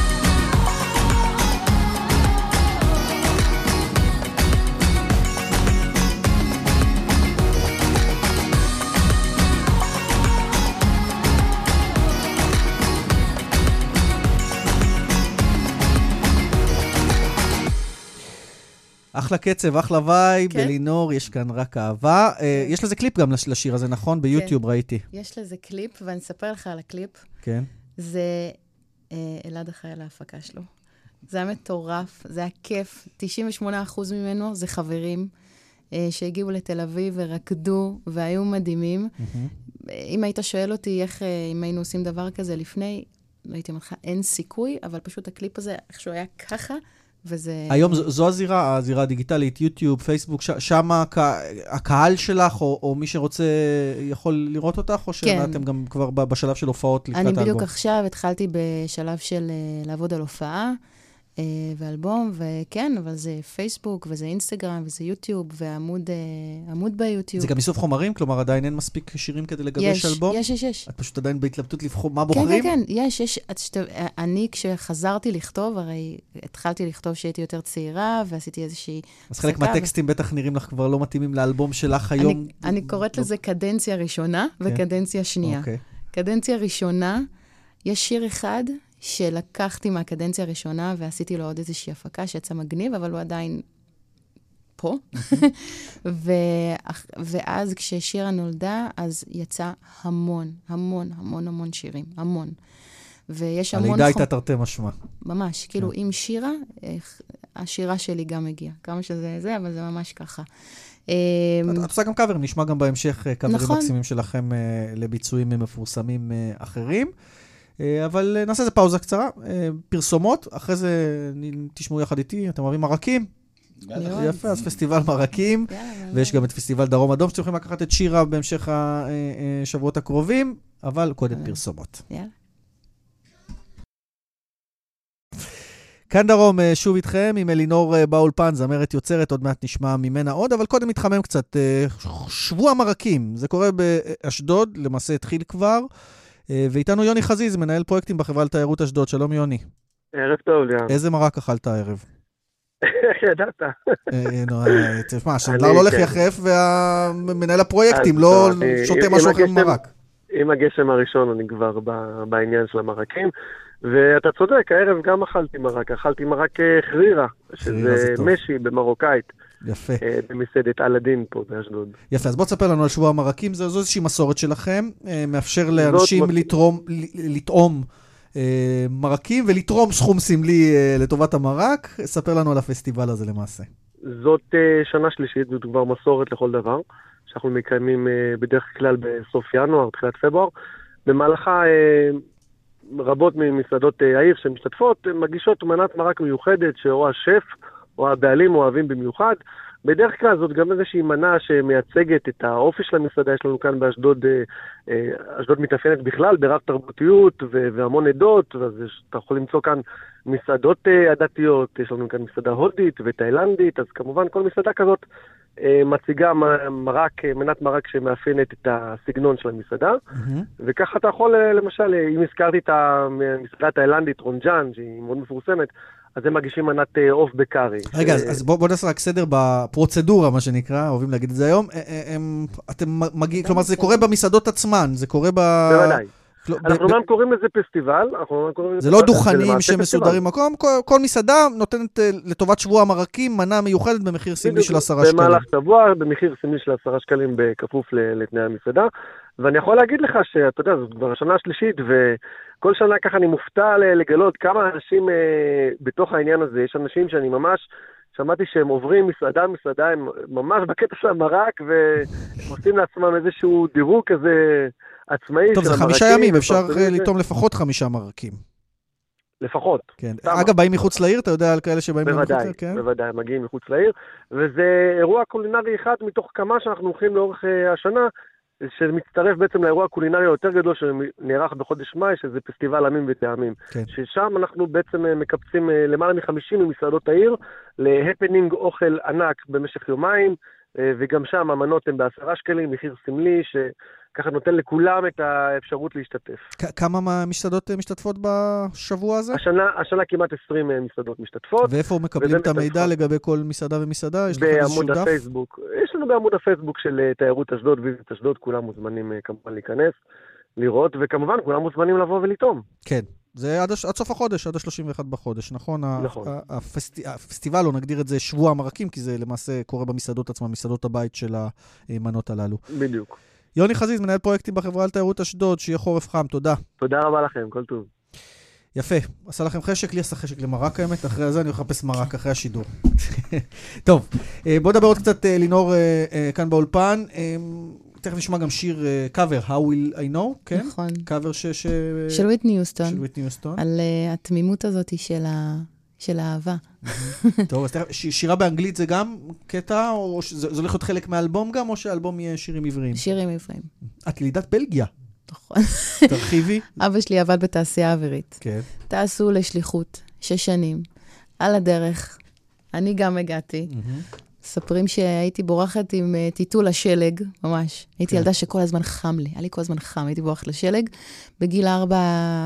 Speaker 3: אחלה קצב, אחלה וייב,
Speaker 15: כן.
Speaker 3: אלינור, יש כאן רק אהבה. כן. יש לזה קליפ גם לשיר הזה, נכון? ביוטיוב כן. ראיתי.
Speaker 15: יש לזה קליפ, ואני אספר לך על הקליפ.
Speaker 3: כן.
Speaker 15: זה אה, אלעד אחראי על ההפקה שלו. זה היה מטורף, זה היה כיף. תשעים ושמונה אחוז ממנו זה חברים אה, שהגיעו לתל אביב ורקדו והיו מדהימים. Mm-hmm. אם היית שואל אותי איך, אה, אם היינו עושים דבר כזה לפני, הייתי אומרת לך, אין סיכוי, אבל פשוט הקליפ הזה, איך שהוא היה ככה, וזה...
Speaker 3: היום זו, זו הזירה, הזירה הדיגיטלית, יוטיוב, פייסבוק, ש, שם הק, הקהל שלך, או, או מי שרוצה יכול לראות אותך, או שאתם כן. גם כבר בשלב של הופעות לקראת האלבום?
Speaker 15: אני בדיוק עכשיו התחלתי בשלב של לעבוד על הופעה, ואלבום, וכן, אבל זה פייסבוק, וזה אינסטגרם, וזה יוטיוב, ועמוד עמוד ביוטיוב. זה
Speaker 3: גם איסוף חומרים? כלומר, עדיין אין מספיק שירים כדי לגבש אלבום?
Speaker 15: יש, יש, יש.
Speaker 3: את פשוט עדיין בהתלבטות לבחור מה בוחרים?
Speaker 15: כן, כן, כן, יש, יש. אני, כשחזרתי לכתוב, הרי התחלתי לכתוב שהייתי יותר צעירה, ועשיתי איזושהי...
Speaker 3: אז חלק מהטקסטים בטח נראים לך כבר לא מתאימים לאלבום שלך היום.
Speaker 15: אני קוראת לזה קדנציה ראשונה, וקדנציה שנייה. קדנציה ראשונה, יש שיר אחד שלקחתי מהקדנציה הראשונה, ועשיתי לו עוד איזושהי הפקה שיצא מגניב, אבל הוא עדיין פה. ואז כששירה נולדה, אז יצא המון, המון, המון, המון שירים, המון. ויש המון...
Speaker 3: הלידה הייתה תרתי משמע.
Speaker 15: ממש, כאילו עם שירה, השירה שלי גם הגיעה. כמה שזה זה, אבל זה ממש ככה.
Speaker 3: את עושה גם קאבר, נשמע גם בהמשך קאברים מקסימים שלכם לביצועים מפורסמים אחרים. אבל נעשה איזה פאוזה קצרה, פרסומות, אחרי זה תשמעו יחד איתי, אתם אוהבים מרקים? יפה, אז פסטיבל מרקים, ויש גם את פסטיבל דרום אדום, שאתם יכולים לקחת את שירה בהמשך השבועות הקרובים, אבל קודם פרסומות. כאן דרום, שוב איתכם, עם אלינור באולפן, זמרת יוצרת, עוד מעט נשמע ממנה עוד, אבל קודם מתחמם קצת, שבוע מרקים, זה קורה באשדוד, למעשה התחיל כבר, ואיתנו יוני חזיז, מנהל פרויקטים בחברה לתיירות אשדוד. שלום יוני.
Speaker 4: ערב טוב, ליאם.
Speaker 3: איזה מרק אכלת הערב?
Speaker 4: איך ידעת?
Speaker 3: תשמע, השנדלר לא הולך יחף, ומנהל הפרויקטים לא שותה משהו אחר מרק.
Speaker 4: עם הגשם הראשון אני כבר בעניין של המרקים, ואתה צודק, הערב גם אכלתי מרק, אכלתי מרק חרירה, שזה משי במרוקאית.
Speaker 3: יפה.
Speaker 4: במסעדת אלדין פה באשדוד.
Speaker 3: יפה, אז בוא תספר לנו על שבוע המרקים, זו איזושהי מסורת שלכם, מאפשר לאנשים לטעום מרקים ולתרום סכום סמלי לטובת המרק. ספר לנו על הפסטיבל הזה למעשה.
Speaker 4: זאת שנה שלישית, זאת כבר מסורת לכל דבר, שאנחנו מקיימים בדרך כלל בסוף ינואר, תחילת פברואר. במהלכה רבות ממסעדות העיר שמשתתפות, מגישות מנת מרק מיוחדת שאו השף או הבעלים אוהבים במיוחד. בדרך כלל זאת גם איזושהי מנה שמייצגת את האופי של המסעדה. יש לנו כאן באשדוד, אשדוד מתאפיינת בכלל ברב תרבותיות והמון עדות, אז אתה יכול למצוא כאן מסעדות עדתיות, יש לנו כאן מסעדה הודית ותאילנדית, אז כמובן כל מסעדה כזאת מציגה מרק, מנת מרק שמאפיינת את הסגנון של המסעדה, וככה אתה יכול, למשל, אם הזכרתי את המסעדה התאילנדית, רונג'אן, שהיא מאוד מפורסמת, אז הם מגישים מנת עוף בקארי.
Speaker 3: רגע, אז בוא נעשה רק סדר בפרוצדורה, מה שנקרא, אוהבים להגיד את זה היום. אתם מגיעים, כלומר, זה קורה במסעדות עצמן, זה קורה ב...
Speaker 4: בוודאי. אנחנו גם קוראים לזה פסטיבל.
Speaker 3: זה לא דוכנים שמסודרים מקום, כל מסעדה נותנת לטובת שבוע המרקים מנה מיוחדת במחיר סמלי של עשרה שקלים.
Speaker 4: במהלך שבוע, במחיר סמלי של עשרה שקלים בכפוף לתנאי המסעדה, ואני יכול להגיד לך שאתה יודע, זאת כבר השנה השלישית, וכל שנה ככה אני מופתע לגלות כמה אנשים בתוך העניין הזה. יש אנשים שאני ממש שמעתי שהם עוברים מסעדה מסעדה, הם ממש בקטע של המרק, והם עושים לעצמם איזשהו דירוג כזה עצמאי.
Speaker 3: טוב, זה חמישה ימים, אפשר לטעום לפחות חמישה מרקים.
Speaker 4: לפחות.
Speaker 3: כן. אגב, באים מחוץ לעיר, אתה יודע על כאלה שבאים מחוץ לעיר?
Speaker 4: בוודאי, בוודאי, מגיעים מחוץ לעיר, וזה אירוע קולינרי אחד מתוך כמה שאנחנו הולכים לאורך השנה, שמצטרף בעצם לאירוע הקולינרי היותר גדול שנערך בחודש מאי, שזה פסטיבל עמים וטעמים.
Speaker 3: כן.
Speaker 4: ששם אנחנו בעצם מקבצים למעלה מחמישים ממסעדות העיר, להפנינג אוכל ענק במשך יומיים, וגם שם המנות הן בעשרה שקלים, מחיר סמלי, שככה נותן לכולם את האפשרות להשתתף.
Speaker 3: כמה מסעדות משתתפות בשבוע הזה?
Speaker 4: השנה, השנה כמעט עשרים מסעדות משתתפות.
Speaker 3: ואיפה מקבלים את המידע לגבי כל מסעדה ומסעדה? יש
Speaker 4: בעמוד הפייסבוק. יש לנו בעמוד הפייסבוק של תיירות אשדוד, ויזית אשדוד, כולם מוזמנים כמובן להיכנס, לראות, וכמובן כולם מוזמנים לבוא ולטעום.
Speaker 3: כן. זה עד, עד סוף החודש, עד ה-שלושים ואחד בחודש, נכון?
Speaker 4: נכון.
Speaker 3: הפסט, הפסטיבל, או נגדיר את זה שבוע המרקים, כי זה למעשה קורה במסעדות עצמה, מסעדות הבית של המנות הללו.
Speaker 4: בדיוק.
Speaker 3: יוני חזיז, מנהל פרויקטים בחברה לתיירות אשדוד, שיהיה חורף חם, תודה.
Speaker 4: תודה רבה לכם, כל טוב.
Speaker 3: יפה, עשה לכם חשק, לי עשה חשק למרק האמת, אחרי זה אני מחפש מרק, אחרי השידור. טוב, בואו נדבר עוד קצת, לינור, כאן באולפן. תכף נשמע גם שיר קאבר, How Will I Know, כן?
Speaker 15: נכון.
Speaker 3: קאבר ש...
Speaker 15: של וויטני יוסטון.
Speaker 3: של וויטני יוסטון.
Speaker 15: על התמימות הזאת של האהבה.
Speaker 3: טוב, אז שירה באנגלית זה גם קטע, או זה הולך להיות חלק מהאלבום גם, או שהאלבום יהיה שירים עבריים?
Speaker 15: שירים עבריים.
Speaker 3: את לידת בלגיה.
Speaker 15: נכון.
Speaker 3: תרחיבי.
Speaker 15: אבא שלי עבד בתעשייה אווירית.
Speaker 3: כן.
Speaker 15: טסו לשליחות, שש שנים. על הדרך, אני גם הגעתי. ספרים שהייתי בורחת עם טיטול השלג, ממש. הייתי ילדה שכל הזמן חם לי. היה לי כל הזמן חם, הייתי בורחת לשלג. בגיל ארבע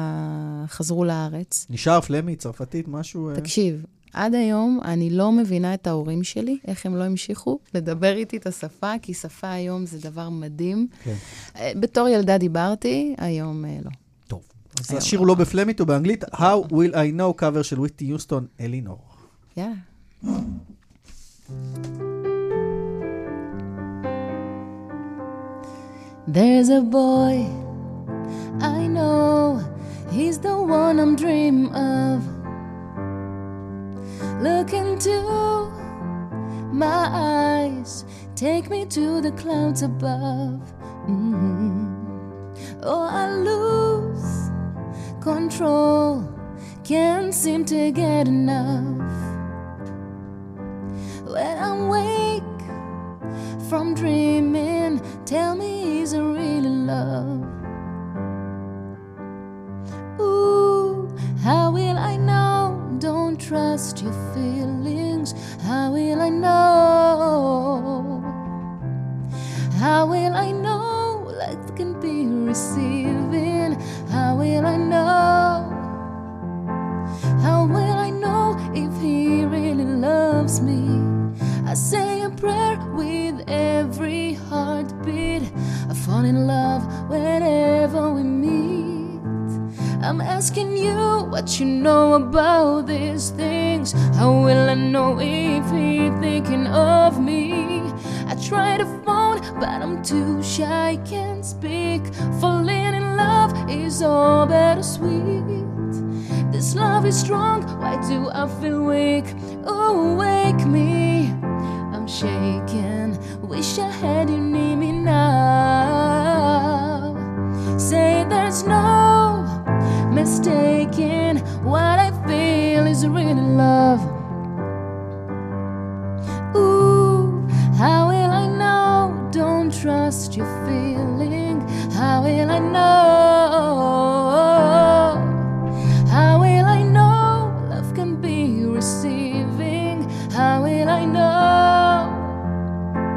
Speaker 15: חזרו לארץ.
Speaker 3: נשאר פלמי, צרפתית, משהו...
Speaker 15: תקשיב, עד היום אני לא מבינה את ההורים שלי, איך הם לא המשיכו לדבר איתי את השפה, כי שפה היום זה דבר מדהים.
Speaker 3: כן.
Speaker 15: בתור ילדה דיברתי, היום לא.
Speaker 3: טוב. אז השיר הוא לא בפלמית, הוא באנגלית. How Will I Know, קאבר של וויטני יוסטון, אלינור.
Speaker 15: יאללה. There's a boy I know, he's the one I'm dreaming of. Look into my eyes, take me to the clouds above. Mm-hmm. Oh, I lose control, can't seem to get enough. When I'm awake from dreaming, tell me is it really love? Ooh, how will I know? Don't trust your feelings. How will I know? How will I know? Like can be receiving. How will I know? How will I know if he really loves me? I say a prayer with every heartbeat. I fall in love whenever we meet. I'm asking you what you know about these things. How will I know if he's thinking of me? I try to phone, but I'm too shy, can't speak. Falling in love is all bittersweet. This love is strong, why do I feel weak? Oh, wake me, I'm shaking. Wish I had you near me now. Say there's no mistaking. What I feel is really love. Ooh, how will I know? Don't trust your feeling. How will I know? How will I know? Love can be receiving. How will I know?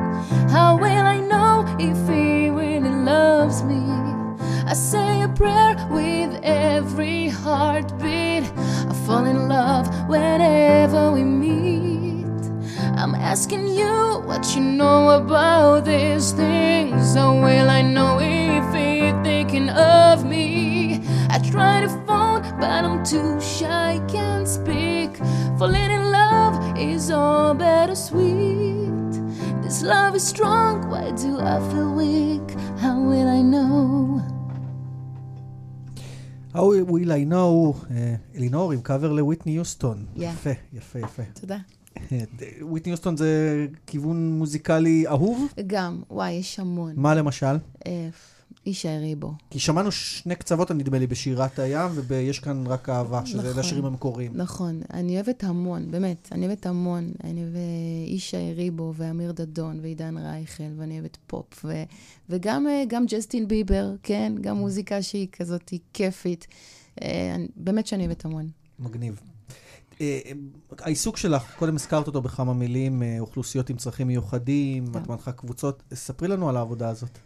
Speaker 16: asking you what you know about these things. How will I know if you're thinking of me? I try to phone, but I'm too shy, can't speak. Falling in love is all bittersweet. This love is strong, why do I feel weak? How will I know?
Speaker 3: How will I know? אלינור עם קאבר לוויטני יוסטון. יפה, יפה, יפה.
Speaker 15: תודה.
Speaker 3: וויטני יוסטון זה כיוון מוזיקלי אהוב?
Speaker 15: גם, וואי, יש המון.
Speaker 3: מה למשל?
Speaker 15: הישארי בו.
Speaker 3: כי שמענו שני קצוות, נדמה לי, בשירת הים, ויש כאן רק אהבה, שזה נכון, השירים המקוריים.
Speaker 15: נכון, אני אוהבת המון, באמת, אני אוהבת המון. אני אוהבת הישארי בו, ואמיר דדון, ועידן רייכל, ואני אוהבת פופ, ו, וגם גם ג'סטין ביבר, כן? גם מוזיקה שהיא כזאת, היא כיפית. באמת שאני אוהבת המון.
Speaker 3: מגניב. העיסוק שלך, קודם הזכרת אותו בכמה מילים, אוכלוסיות עם צרכים מיוחדים, את מנחה קבוצות. ספרי לנו על העבודה הזאת.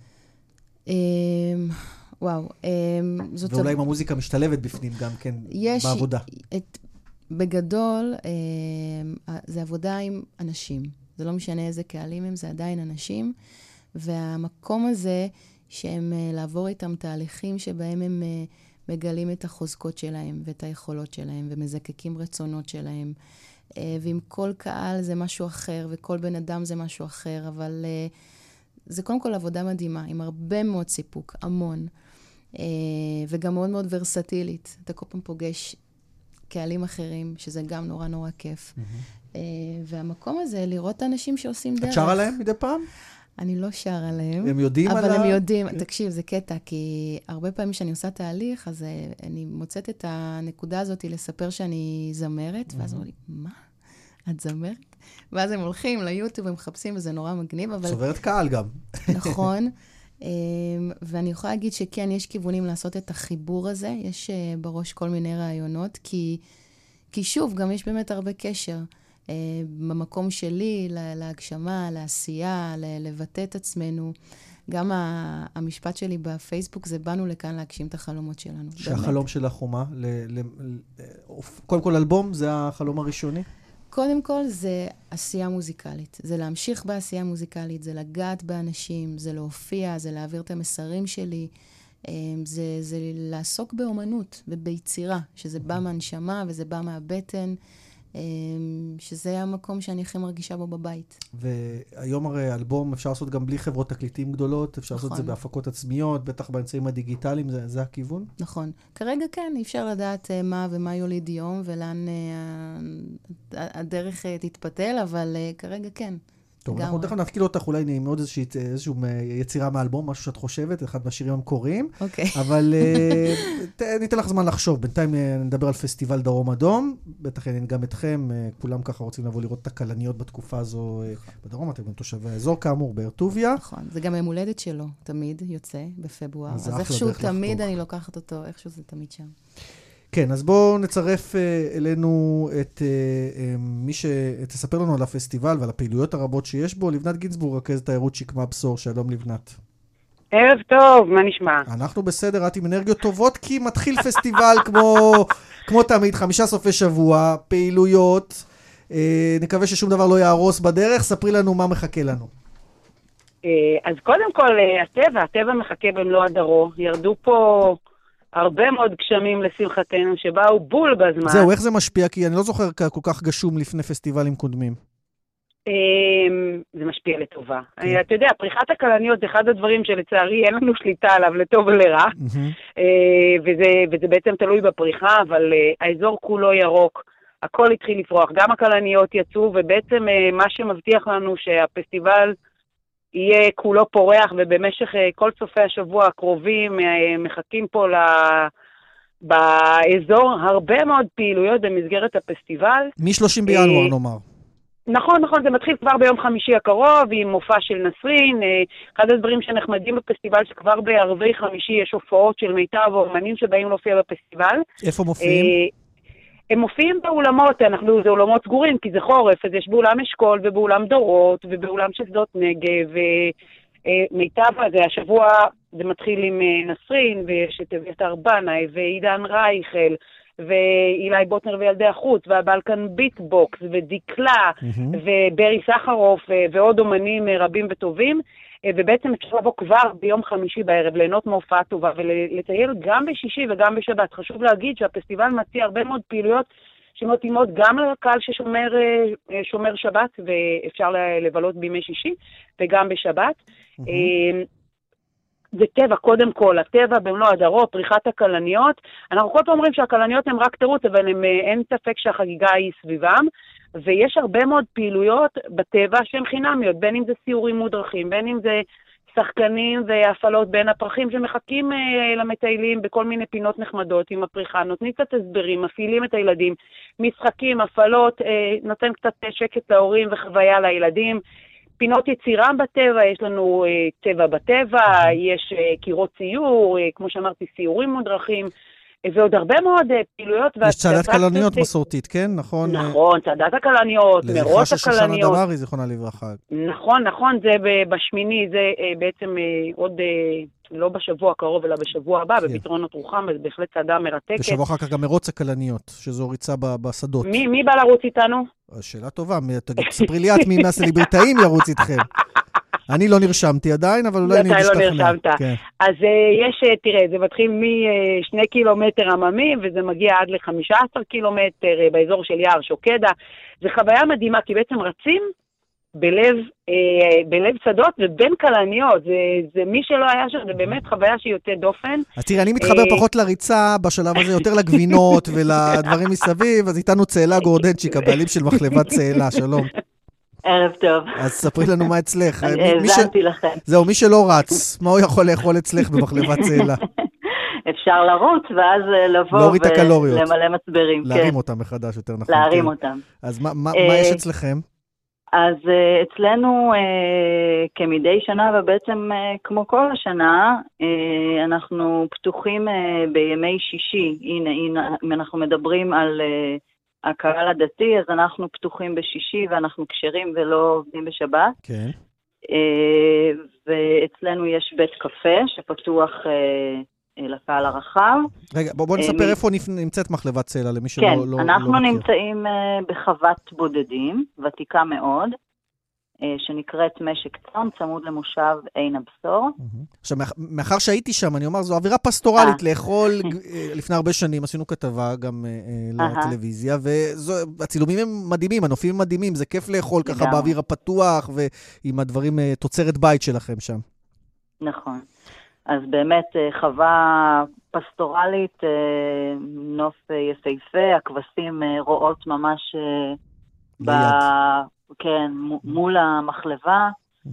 Speaker 15: וואו.
Speaker 3: ואולי אם המוזיקה משתלבת בפנים גם כן בעבודה.
Speaker 15: בגדול, זה עבודה עם אנשים. זה לא משנה איזה קהלים הם, זה עדיין אנשים. והמקום הזה, שהם לעבור איתם תהליכים שבהם הם מגלים את החוזקות שלהם ואת היכולות שלהם ומזקקים רצונות שלהם. ועם כל קהל זה משהו אחר, וכל בן אדם זה משהו אחר, אבל זה קודם כל עבודה מדהימה, עם הרבה מאוד סיפוק, המון, וגם מאוד מאוד ורסטילית. אתה כל פעם פוגש קהלים אחרים, שזה גם נורא נורא כיף. והמקום הזה, לראות אנשים שעושים דרך.
Speaker 3: את שר עליהם מדי פעם?
Speaker 15: אני לא שר עליהם.
Speaker 3: הם יודעים
Speaker 15: אבל
Speaker 3: על ה...
Speaker 15: הם יודעים. תקשיב, זה קטע, כי הרבה פעמים שאני עושה תהליך, אז אני מוצאת את הנקודה הזאת לספר שאני זמרת, ואז אומרים לי, מה? את זמרת? ואז הם הולכים ליוטיוב, הם מחפשים, וזה נורא מגניב, אבל...
Speaker 3: סוברת קהל גם.
Speaker 15: נכון. ואני יכולה להגיד שכן, יש כיוונים לעשות את החיבור הזה, יש בראש כל מיני רעיונות, כי, כי שוב, גם יש באמת הרבה קשר. במקום שלי, להגשמה, לעשייה, לבטא את עצמנו. גם המשפט שלי בפייסבוק, זה באנו לכאן להגשים את החלומות שלנו.
Speaker 3: שהחלום שלך הוא מה? קודם כל אלבום, זה החלום הראשוני?
Speaker 15: קודם כל זה עשייה מוזיקלית. זה להמשיך בעשייה מוזיקלית, זה לגעת באנשים, זה להופיע, זה להעביר את המסרים שלי. זה, זה לעסוק באומנות וביצירה, שזה בא מהנשמה וזה בא מהבטן. שזה המקום שאני הכי מרגישה בו בבית.
Speaker 3: והיום הרי אלבום אפשר לעשות גם בלי חברות תקליטים גדולות, אפשר לעשות את זה בהפקות עצמיות, בטח באמצעים הדיגיטליים, זה, זה הכיוון?
Speaker 15: נכון. כרגע כן, אי אפשר לדעת מה ומה יוליד יום, ולאן הדרך תתפתל, אבל כרגע כן.
Speaker 3: טוב, אנחנו דרך נתקיל אותך אולי מאוד איזושהי יצירה מהאלבום, משהו שאת חושבת, אחד מהשירים המקוריים.
Speaker 15: אוקיי.
Speaker 3: אבל ניתן לך זמן לחשוב. בינתיים נדבר על פסטיבל דרום אדום. בטח יעניין גם אתכם. כולם ככה רוצים לבוא לראות את הכלניות בתקופה הזו בדרום. אתם גם תושבי האזור כאמור, באר טוביה.
Speaker 15: נכון. זה גם יום הולדת שלו, תמיד יוצא בפברואר. אז איכשהו תמיד אני לוקחת אותו, איכשהו זה תמיד שם.
Speaker 3: כן, אז בואו נצרף אלינו את מי שתספר לנו על הפסטיבל ועל הפעילויות הרבות שיש בו, לבנת גינזבורג, רכזת תיירות שקמה בשור. שלום לבנת.
Speaker 5: ערב טוב, מה נשמע?
Speaker 3: אנחנו בסדר, את עם אנרגיות טובות, כי מתחיל פסטיבל כמו, כמו תמיד, חמישה סופי שבוע, פעילויות. נקווה ששום דבר לא יהרוס בדרך, ספרי לנו מה מחכה לנו.
Speaker 5: אז קודם כל, הטבע, הטבע מחכה במלוא הדרו. ירדו פה הרבה מאוד גשמים לשמחתנו, שבאו בול בזמן.
Speaker 3: זהו, איך זה משפיע? כי אני לא זוכר כל כך גשום לפני פסטיבלים קודמים.
Speaker 5: זה משפיע לטובה. אתה יודע, פריחת הכלניות זה אחד הדברים שלצערי אין לנו שליטה עליו לטוב ולרע, וזה בעצם תלוי בפריחה, אבל האזור כולו ירוק, הכל התחיל לפרוח, גם הכלניות יצאו, ובעצם מה שמבטיח לנו שהפסטיבל יהיה כולו פורח, ובמשך כל סופי השבוע הקרובים מחכים פה באזור הרבה מאוד פעילויות במסגרת הפסטיבל.
Speaker 3: מ-שלושים בינואר נאמר.
Speaker 5: נכון, נכון, זה מתחיל כבר ביום חמישי הקרוב עם מופע של נסרין. אחד הדברים שנחמדים בפסטיבל שכבר בערבי חמישי יש הופעות של מיטב האומנים שבאים להופיע בפסטיבל.
Speaker 3: איפה מופיעים?
Speaker 5: הם מופיעים באולמות, אנחנו, זה אולמות סגורים, כי זה חורף, אז יש באולם אשכול ובאולם דורות ובאולם של שדות נגב, ומיטב הזה, השבוע זה מתחיל עם נסרין, ויש את אביתר בנאי ועידן רייכל, ואילי בוטנר וילדי החוץ, והבלקן ביטבוקס, ודיקלה, וברי סחרוף, ועוד אומנים רבים וטובים, ובעצם אפשר לבוא כבר ביום חמישי בערב, ליהנות מהופעה טובה, ולטייל גם בשישי וגם בשבת. חשוב להגיד שהפסטיבל מציע הרבה מאוד פעילויות שמתאימות גם לקהל ששומר שומר שבת, ואפשר לבלות בימי שישי, וגם בשבת. זה טבע, קודם כל, הטבע במלוא הדרו, פריחת הכלניות. אנחנו כל פעם אומרים שהכלניות הן רק תירוץ, אבל הם, אין ספק שהחגיגה היא סביבם, ויש הרבה מאוד פעילויות בטבע שהן חינמיות, בין אם זה סיורים מודרכים, בין אם זה שחקנים והפעלות בין הפרחים שמחכים אה, למטיילים בכל מיני פינות נחמדות עם הפריחה, נותנים קצת הסברים, מפעילים את הילדים, משחקים, הפעלות, אה, נותן קצת שקט להורים וחוויה לילדים, פינות יצירה בטבע, יש לנו אה, טבע בטבע, יש אה, קירות ציור, אה, כמו שאמרתי, סיורים מודרכים, אה, ועוד הרבה מאוד אה, פעילויות.
Speaker 3: יש צעדת כלניות ש... מסורתית, כן? נכון?
Speaker 5: נכון, צעדת הכלניות, מרוץ הכלניות.
Speaker 3: לזכרה של שושנה דמארי, זיכרונה לברכה.
Speaker 5: נכון, נכון, זה בשמיני, זה אה, בעצם אה, עוד... אה, לא בשבוע הקרוב, אלא בשבוע הבא, בפתרונות רוחם, זה בהחלט צעדה מרתקת.
Speaker 3: בשבוע אחר כך גם מרוץ הכלניות, שזו ריצה בשדות.
Speaker 5: מי, מי בא לרוץ איתנו?
Speaker 3: שאלה טובה, תגיד, ספרי לי את מי מהסלבריטאים ירוץ איתכם. אני לא נרשמתי עדיין, אבל אולי אני אשתכנע.
Speaker 5: אתה לא נרשמת. אז יש, תראה, זה מתחיל משני קילומטר עממי, וזה מגיע עד ל-חמישה עשר קילומטר באזור של יער שוקדה. זה חוויה מדהימה, כי בעצם רצים בלב, אה, בלב שדות ובין כלניות, זה, זה מי שלא היה שם, זה באמת חוויה שהיא יוצאת דופן.
Speaker 3: אז תראה, אני מתחבר אה... פחות לריצה, בשלב הזה יותר לגבינות ולדברים מסביב, אז איתנו צאלה גורדנצ'יק, הבעלים של מחלבת צאלה, שלום.
Speaker 2: ערב טוב.
Speaker 3: אז ספרי לנו מה אצלך.
Speaker 2: האזנתי לכם.
Speaker 3: זהו, מי שלא רץ, מה הוא יכול לאכול אצלך במחלבת צאלה?
Speaker 2: אפשר לרוץ, ואז לבוא ולמלא מצברים.
Speaker 3: להרים אותם מחדש, יותר נכון.
Speaker 2: להרים אותם.
Speaker 3: אז מה יש אצלכם?
Speaker 2: אז uh, אצלנו uh, כמדי שנה, ובעצם uh, כמו כל השנה, uh, אנחנו פתוחים uh, בימי שישי. הנה, הנה, אם אנחנו מדברים על uh, הקהל הדתי, אז אנחנו פתוחים בשישי, ואנחנו כשרים ולא עובדים בשבת.
Speaker 3: כן.
Speaker 2: Uh, ואצלנו יש בית קפה שפתוח... Uh, לקהל הרחב.
Speaker 3: רגע, בוא, בוא נספר איפה נמצאת מחלבת צאלה, למי שלא
Speaker 2: כן,
Speaker 3: לא, לא
Speaker 2: אנחנו
Speaker 3: מכיר.
Speaker 2: נמצאים בחוות בודדים, ותיקה מאוד, שנקראת משק צאן, צמוד למושב עין הבשור.
Speaker 3: עכשיו, מאחר שהייתי שם, אני אומר, זו אווירה פסטורלית לאכול, לפני הרבה שנים עשינו כתבה גם לטלוויזיה, והצילומים הם מדהימים, הנופים הם מדהימים, זה כיף לאכול ככה באוויר הפתוח, ועם הדברים, תוצרת בית שלכם שם.
Speaker 2: נכון. אז באמת חווה פסטורלית, נוף יפהפה, הכבשים רואות ממש ב... כן, מול המחלבה,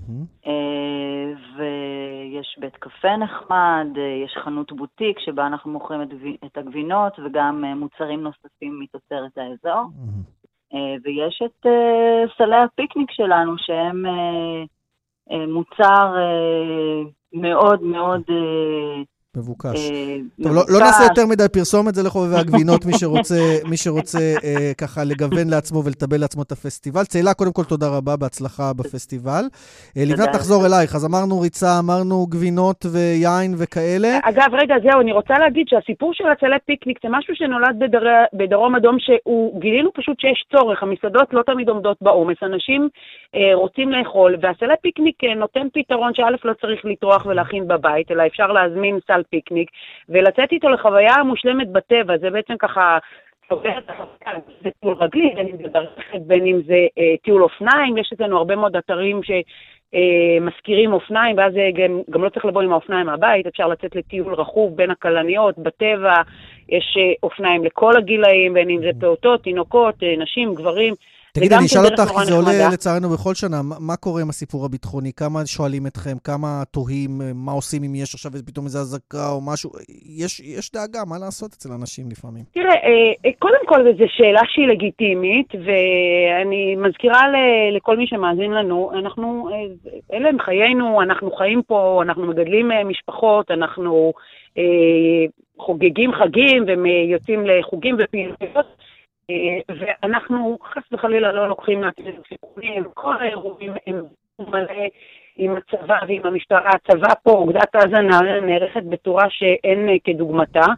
Speaker 2: ויש בית קפה נחמד, יש חנות בוטיק שבה אנחנו מוכרים את הגבינות, וגם מוצרים נוספים מתוצרת האזור. ויש את סלי הפיקניק שלנו, שהם מוצר... מאוד מאוד
Speaker 3: מבוקש. טוב, לא נעשה יותר מדי פרסומת, זה לחובבי הגבינות, מי שרוצה, מי שרוצה ככה לגוון לעצמו ולטבל לעצמו את הפסטיבל. צאלה, קודם כל תודה רבה, בהצלחה בפסטיבל. לבנת, נחזור אלייך, אז אמרנו ריצה, אמרנו גבינות ויין וכאלה.
Speaker 5: אגב, רגע, זהו, אני רוצה להגיד שהסיפור של הצלי פיקניק זה משהו שנולד בדרום אדום, שהוא גילינו פשוט שיש צורך, המסעדות לא תמיד עומדות בעומס, אנשים רוצים לאכול, והצלי פיקניק נותן פתרון שא' לא צריך לטרוח ולהכין בבית, אלא אפשר להזמין סל פיקניק, ולצאת איתו לחוויה המושלמת בטבע, זה בעצם ככה, זה טיול רגלי, בין אם זה דרכת, בין אם זה אה, טיול אופניים, יש אצלנו הרבה מאוד אתרים שמזכירים אה, אופניים, ואז גם, גם לא צריך לבוא עם האופניים מהבית, אפשר לצאת לטיול רכוב בין הכלניות, בטבע, יש אה, אופניים לכל הגילאים, בין אם זה פעוטות, תינוקות, אה, נשים, גברים,
Speaker 3: תגיד, אני אשאל אותך, כי זה עולה לצערנו בכל שנה, מה קורה עם הסיפור הביטחוני? כמה שואלים אתכם? כמה תוהים? מה עושים אם יש עכשיו פתאום איזו הזקה או משהו? יש, יש דאגה, מה לעשות אצל אנשים לפעמים?
Speaker 5: תראה, קודם כל זו שאלה שהיא לגיטימית, ואני מזכירה לכל מי שמאזין לנו, אנחנו, אלה הם חיינו, אנחנו חיים פה, אנחנו מגדלים משפחות, אנחנו חוגגים חגים ויוצאים לחוגים ופעילויות, ואנחנו חס וחלילה לא לוקחים לעצמנו סיכונים, כל האירועים הם מלא עם הצבא ועם המשטרה. הצבא פה, אוגדת עזה נערכת בצורה שאין כדוגמתה,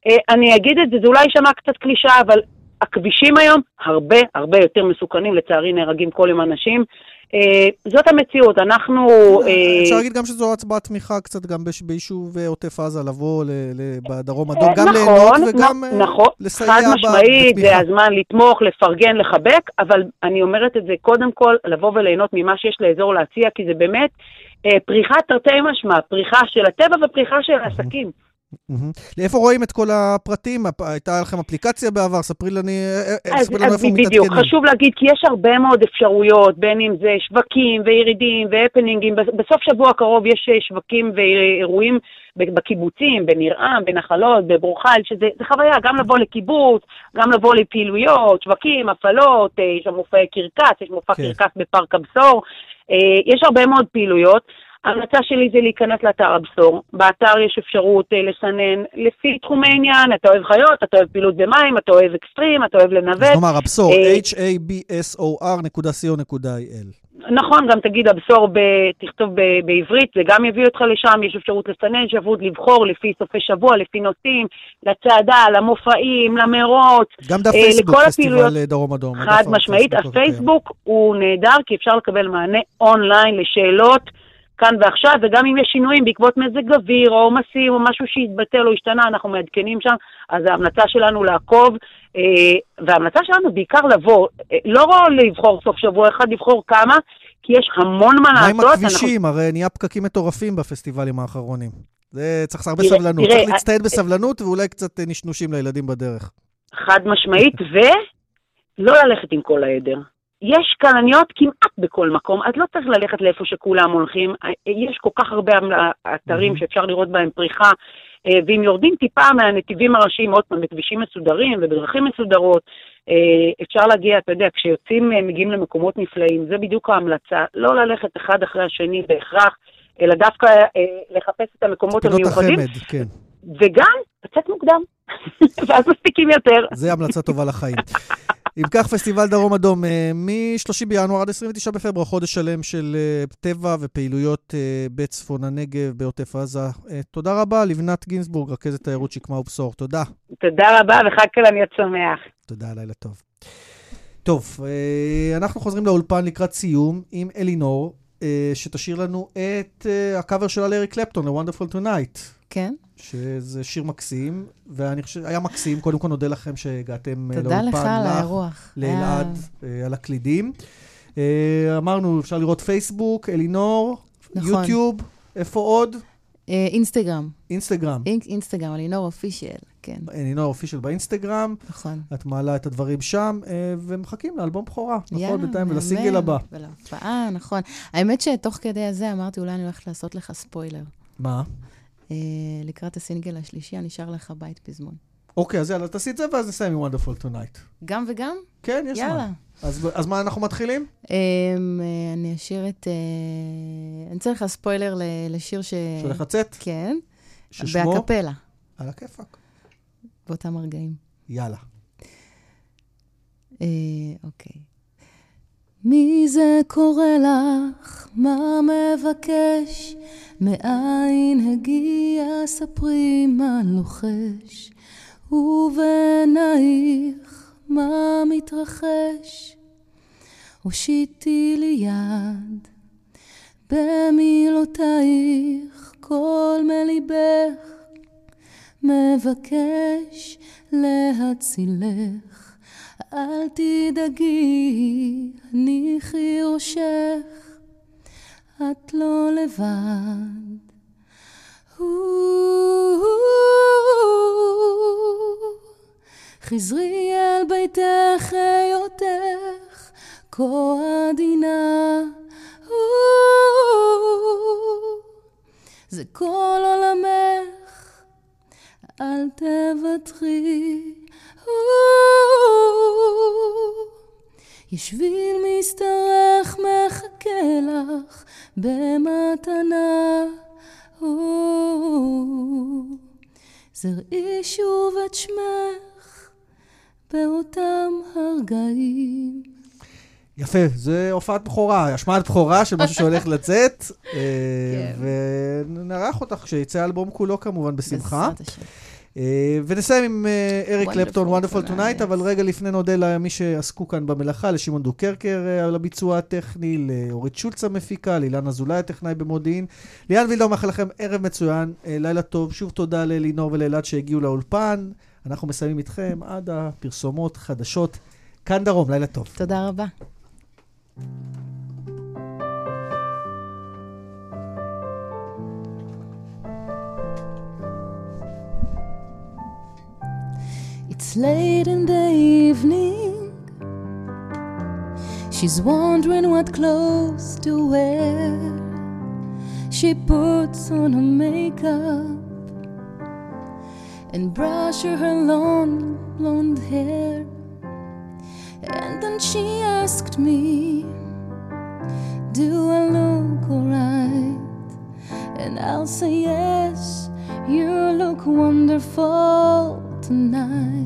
Speaker 5: אני אגיד את זה, זה אולי יישמע קצת קלישה, אבל הכבישים היום הרבה הרבה יותר מסוכנים, לצערי נהרגים כל יום אנשים. זאת המציאות, אנחנו...
Speaker 3: אפשר להגיד גם שזו הצבעת תמיכה קצת גם ביישוב עוטף עזה, לבוא בדרום אדום, גם ליהנות וגם לסייע
Speaker 5: בתמיכה. חד משמעית, זה הזמן לתמוך, לפרגן, לחבק, אבל אני אומרת את זה קודם כל, לבוא וליהנות ממה שיש לאזור להציע, כי זה באמת פריחה תרתי משמע, פריחה של הטבע ופריחה של העסקים.
Speaker 3: לאיפה רואים את כל הפרטים? הייתה לכם אפליקציה בעבר? ספרי לנו איפה מתעדכנים.
Speaker 5: בדיוק, חשוב להגיד כי יש הרבה מאוד אפשרויות, בין אם זה שווקים וירידים והפנינגים. בסוף שבוע קרוב יש שווקים ואירועים בקיבוצים, בניר עם, בנחלות, בברוחל, שזה חוויה גם לבוא לקיבוץ, גם לבוא לפעילויות, שווקים, הפעלות, יש מופעי קרקס, יש מופע קרקס בפארק הבשור, יש הרבה מאוד פעילויות. ההמלצה שלי זה להיכנס לאתר הבשור. באתר יש אפשרות לסנן לפי תחומי עניין, אתה אוהב חיות, אתה אוהב פעילות במים, אתה אוהב אקסטרים, אתה אוהב לנווט.
Speaker 3: זאת אומרת, הבשור, H A B S O R נקודה C O נקודה I L.
Speaker 5: נכון, גם תגיד הבשור, תכתוב בעברית, זה גם יביא אותך לשם, יש אפשרות לסנן, יש אפשרות לבחור לפי סופי שבוע, לפי נושאים, לצעדה, למופעים, למרוץ.
Speaker 3: גם דף פייסבוק, פסטיבל דרום אדום.
Speaker 5: חד משמעית, הפייסבוק הוא נהדר, כי אפשר לקבל מענה אונליין לשאלות, כאן ועכשיו, וגם אם יש שינויים בעקבות מזג אוויר או עומסים או משהו שהתבטל או השתנה, אנחנו מעדכנים שם, אז ההמלצה שלנו לעקוב, וההמלצה שלנו בעיקר לבוא, לא לבחור סוף שבוע אחד, לבחור כמה, כי יש המון מה לעשות.
Speaker 3: מה עם הכבישים? הרי נהיה פקקים מטורפים בפסטיבלים האחרונים. זה צריך הרבה סבלנות, צריך להצטייד בסבלנות ואולי קצת נשנושים לילדים בדרך.
Speaker 5: חד משמעית, ולא ללכת עם כל העדר. יש כלניות כמעט בכל מקום, אז לא צריך ללכת לאיפה שכולם הולכים, יש כל כך הרבה אתרים שאפשר לראות בהם פריחה, ואם יורדים טיפה מהנתיבים הראשיים, עוד פעם, בכבישים מסודרים ובדרכים מסודרות, אפשר להגיע, אתה יודע, כשיוצאים, מגיעים למקומות נפלאים, זה בדיוק ההמלצה, לא ללכת אחד אחרי השני בהכרח, אלא דווקא לחפש את המקומות המיוחדים,
Speaker 3: החמד, כן.
Speaker 5: וגם לצאת מוקדם, ואז מספיקים יותר.
Speaker 3: זה המלצה טובה לחיים. אם כך, פסטיבל דרום אדום, מ-שלושים בינואר עד עשרים ותשעה בפברואר, חודש שלם של טבע ופעילויות בצפון הנגב, בעוטף עזה. תודה רבה, לבנת גינסבורג, רכזת תיירות שקמה ובשור. תודה.
Speaker 5: תודה רבה, וחג כלניות שמח.
Speaker 3: תודה, לילה טוב. טוב, אנחנו חוזרים לאולפן לקראת סיום עם אלינור, שתשאיר לנו את הקאבר שלה לאריק קלפטון, ל-Wonderful Tonight.
Speaker 15: כן.
Speaker 3: שזה שיר מקסים, ואני חושב, היה מקסים, קודם כל נודה לכם שהגעתם לאולפן.
Speaker 15: תודה לך על האירוח.
Speaker 3: לאלעד, על הקלידים. אמרנו, אפשר לראות פייסבוק, אלינור, יוטיוב, איפה עוד?
Speaker 15: אינסטגרם.
Speaker 3: אינסטגרם.
Speaker 15: אינסטגרם, אלינור אופישל, כן.
Speaker 3: אלינור אופישל באינסטגרם.
Speaker 15: נכון.
Speaker 3: את מעלה את הדברים שם, ומחכים לאלבום בכורה, נכון, בינתיים, ולסינגל הבא.
Speaker 15: ולהופעה, נכון. האמת שתוך כדי הזה אמרתי, אולי אני הולכת לעשות לך ספוילר.
Speaker 3: מה?
Speaker 15: לקראת הסינגל השלישי, אני שר לך בית פזמון.
Speaker 3: אוקיי, אז יאללה, תעשי את זה, ואז נסיים עם Wonderful Tonight.
Speaker 15: גם וגם?
Speaker 3: כן, יש
Speaker 15: יאללה.
Speaker 3: אז מה אנחנו מתחילים?
Speaker 15: אני אשאיר את... אני צריך לך ספוילר לשיר ש...
Speaker 3: שהולך לצאת?
Speaker 15: כן.
Speaker 3: ששמו?
Speaker 15: בהקפלה.
Speaker 3: על הכיפק.
Speaker 15: באותם הרגעים.
Speaker 3: יאללה.
Speaker 15: אוקיי. מי זה קורא לך? מה מבקש? מאין הגיע? ספרי מה לוחש, ובעינייך מה מתרחש? הושיטי לי יד במילותייך, כל מליבך מבקש להצילך. אל תדאגי, הניחי ראשך, את לא לבד. חזרי אל ביתך, היותך כה עדינה. זה כל עולמך, אל תוותרי. יש שביל מסתרך מחכה לך במתנה. זרעי שוב את שמך באותם הרגעים.
Speaker 3: יפה, זה הופעת בכורה, השמעת בכורה של משהו שהולך לצאת, ונערך אותך כשיצא האלבום כולו כמובן בשמחה. ונסיים עם אריק קלפטון, Wonderful Tonight, אבל רגע לפני נודה למי שעסקו כאן במלאכה, לשמעון דוקרקר על הביצוע הטכני, לאורית שולץ המפיקה, לאילן אזולאי הטכנאי במודיעין. ליאן וילדאו, מאחל לכם ערב מצוין, לילה טוב, שוב תודה ללינור ולאלעד שהגיעו לאולפן, אנחנו מסיימים איתכם עד הפרסומות חדשות, כאן דרום, לילה טוב.
Speaker 15: תודה רבה.
Speaker 16: It's late in the evening. She's wondering what clothes to wear. She puts on her makeup and brushes her long blonde hair. And then she asked me, do I look alright? And I'll say yes, you look wonderful tonight.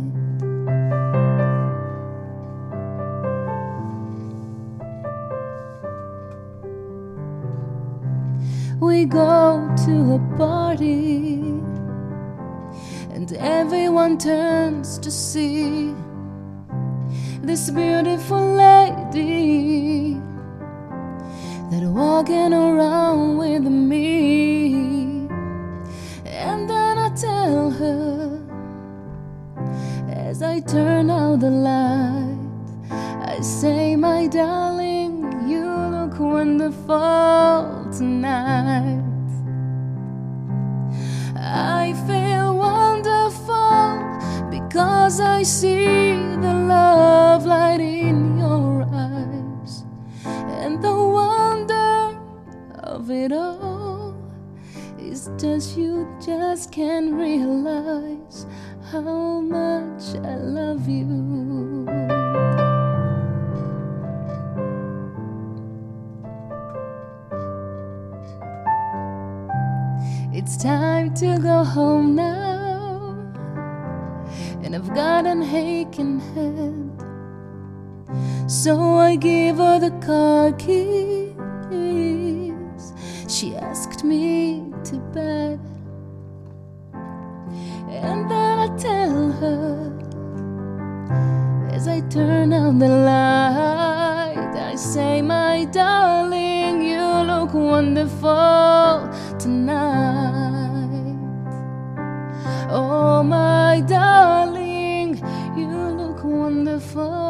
Speaker 16: We go to a party and everyone turns to see this beautiful lady that walking around with me. And then I tell her, as I turn out the light, I say, my darling, you look wonderful tonight. I feel wonderful because I see the love light in your eyes, and the wonder of it all is just you just can't realize how much I love you. It's time to go home now, and I've got an aching head, so I give her the car keys. She asked me to bed, and then I tell her, as I turn out the light, I say, my darling, you look wonderful tonight. Oh, my darling, you look wonderful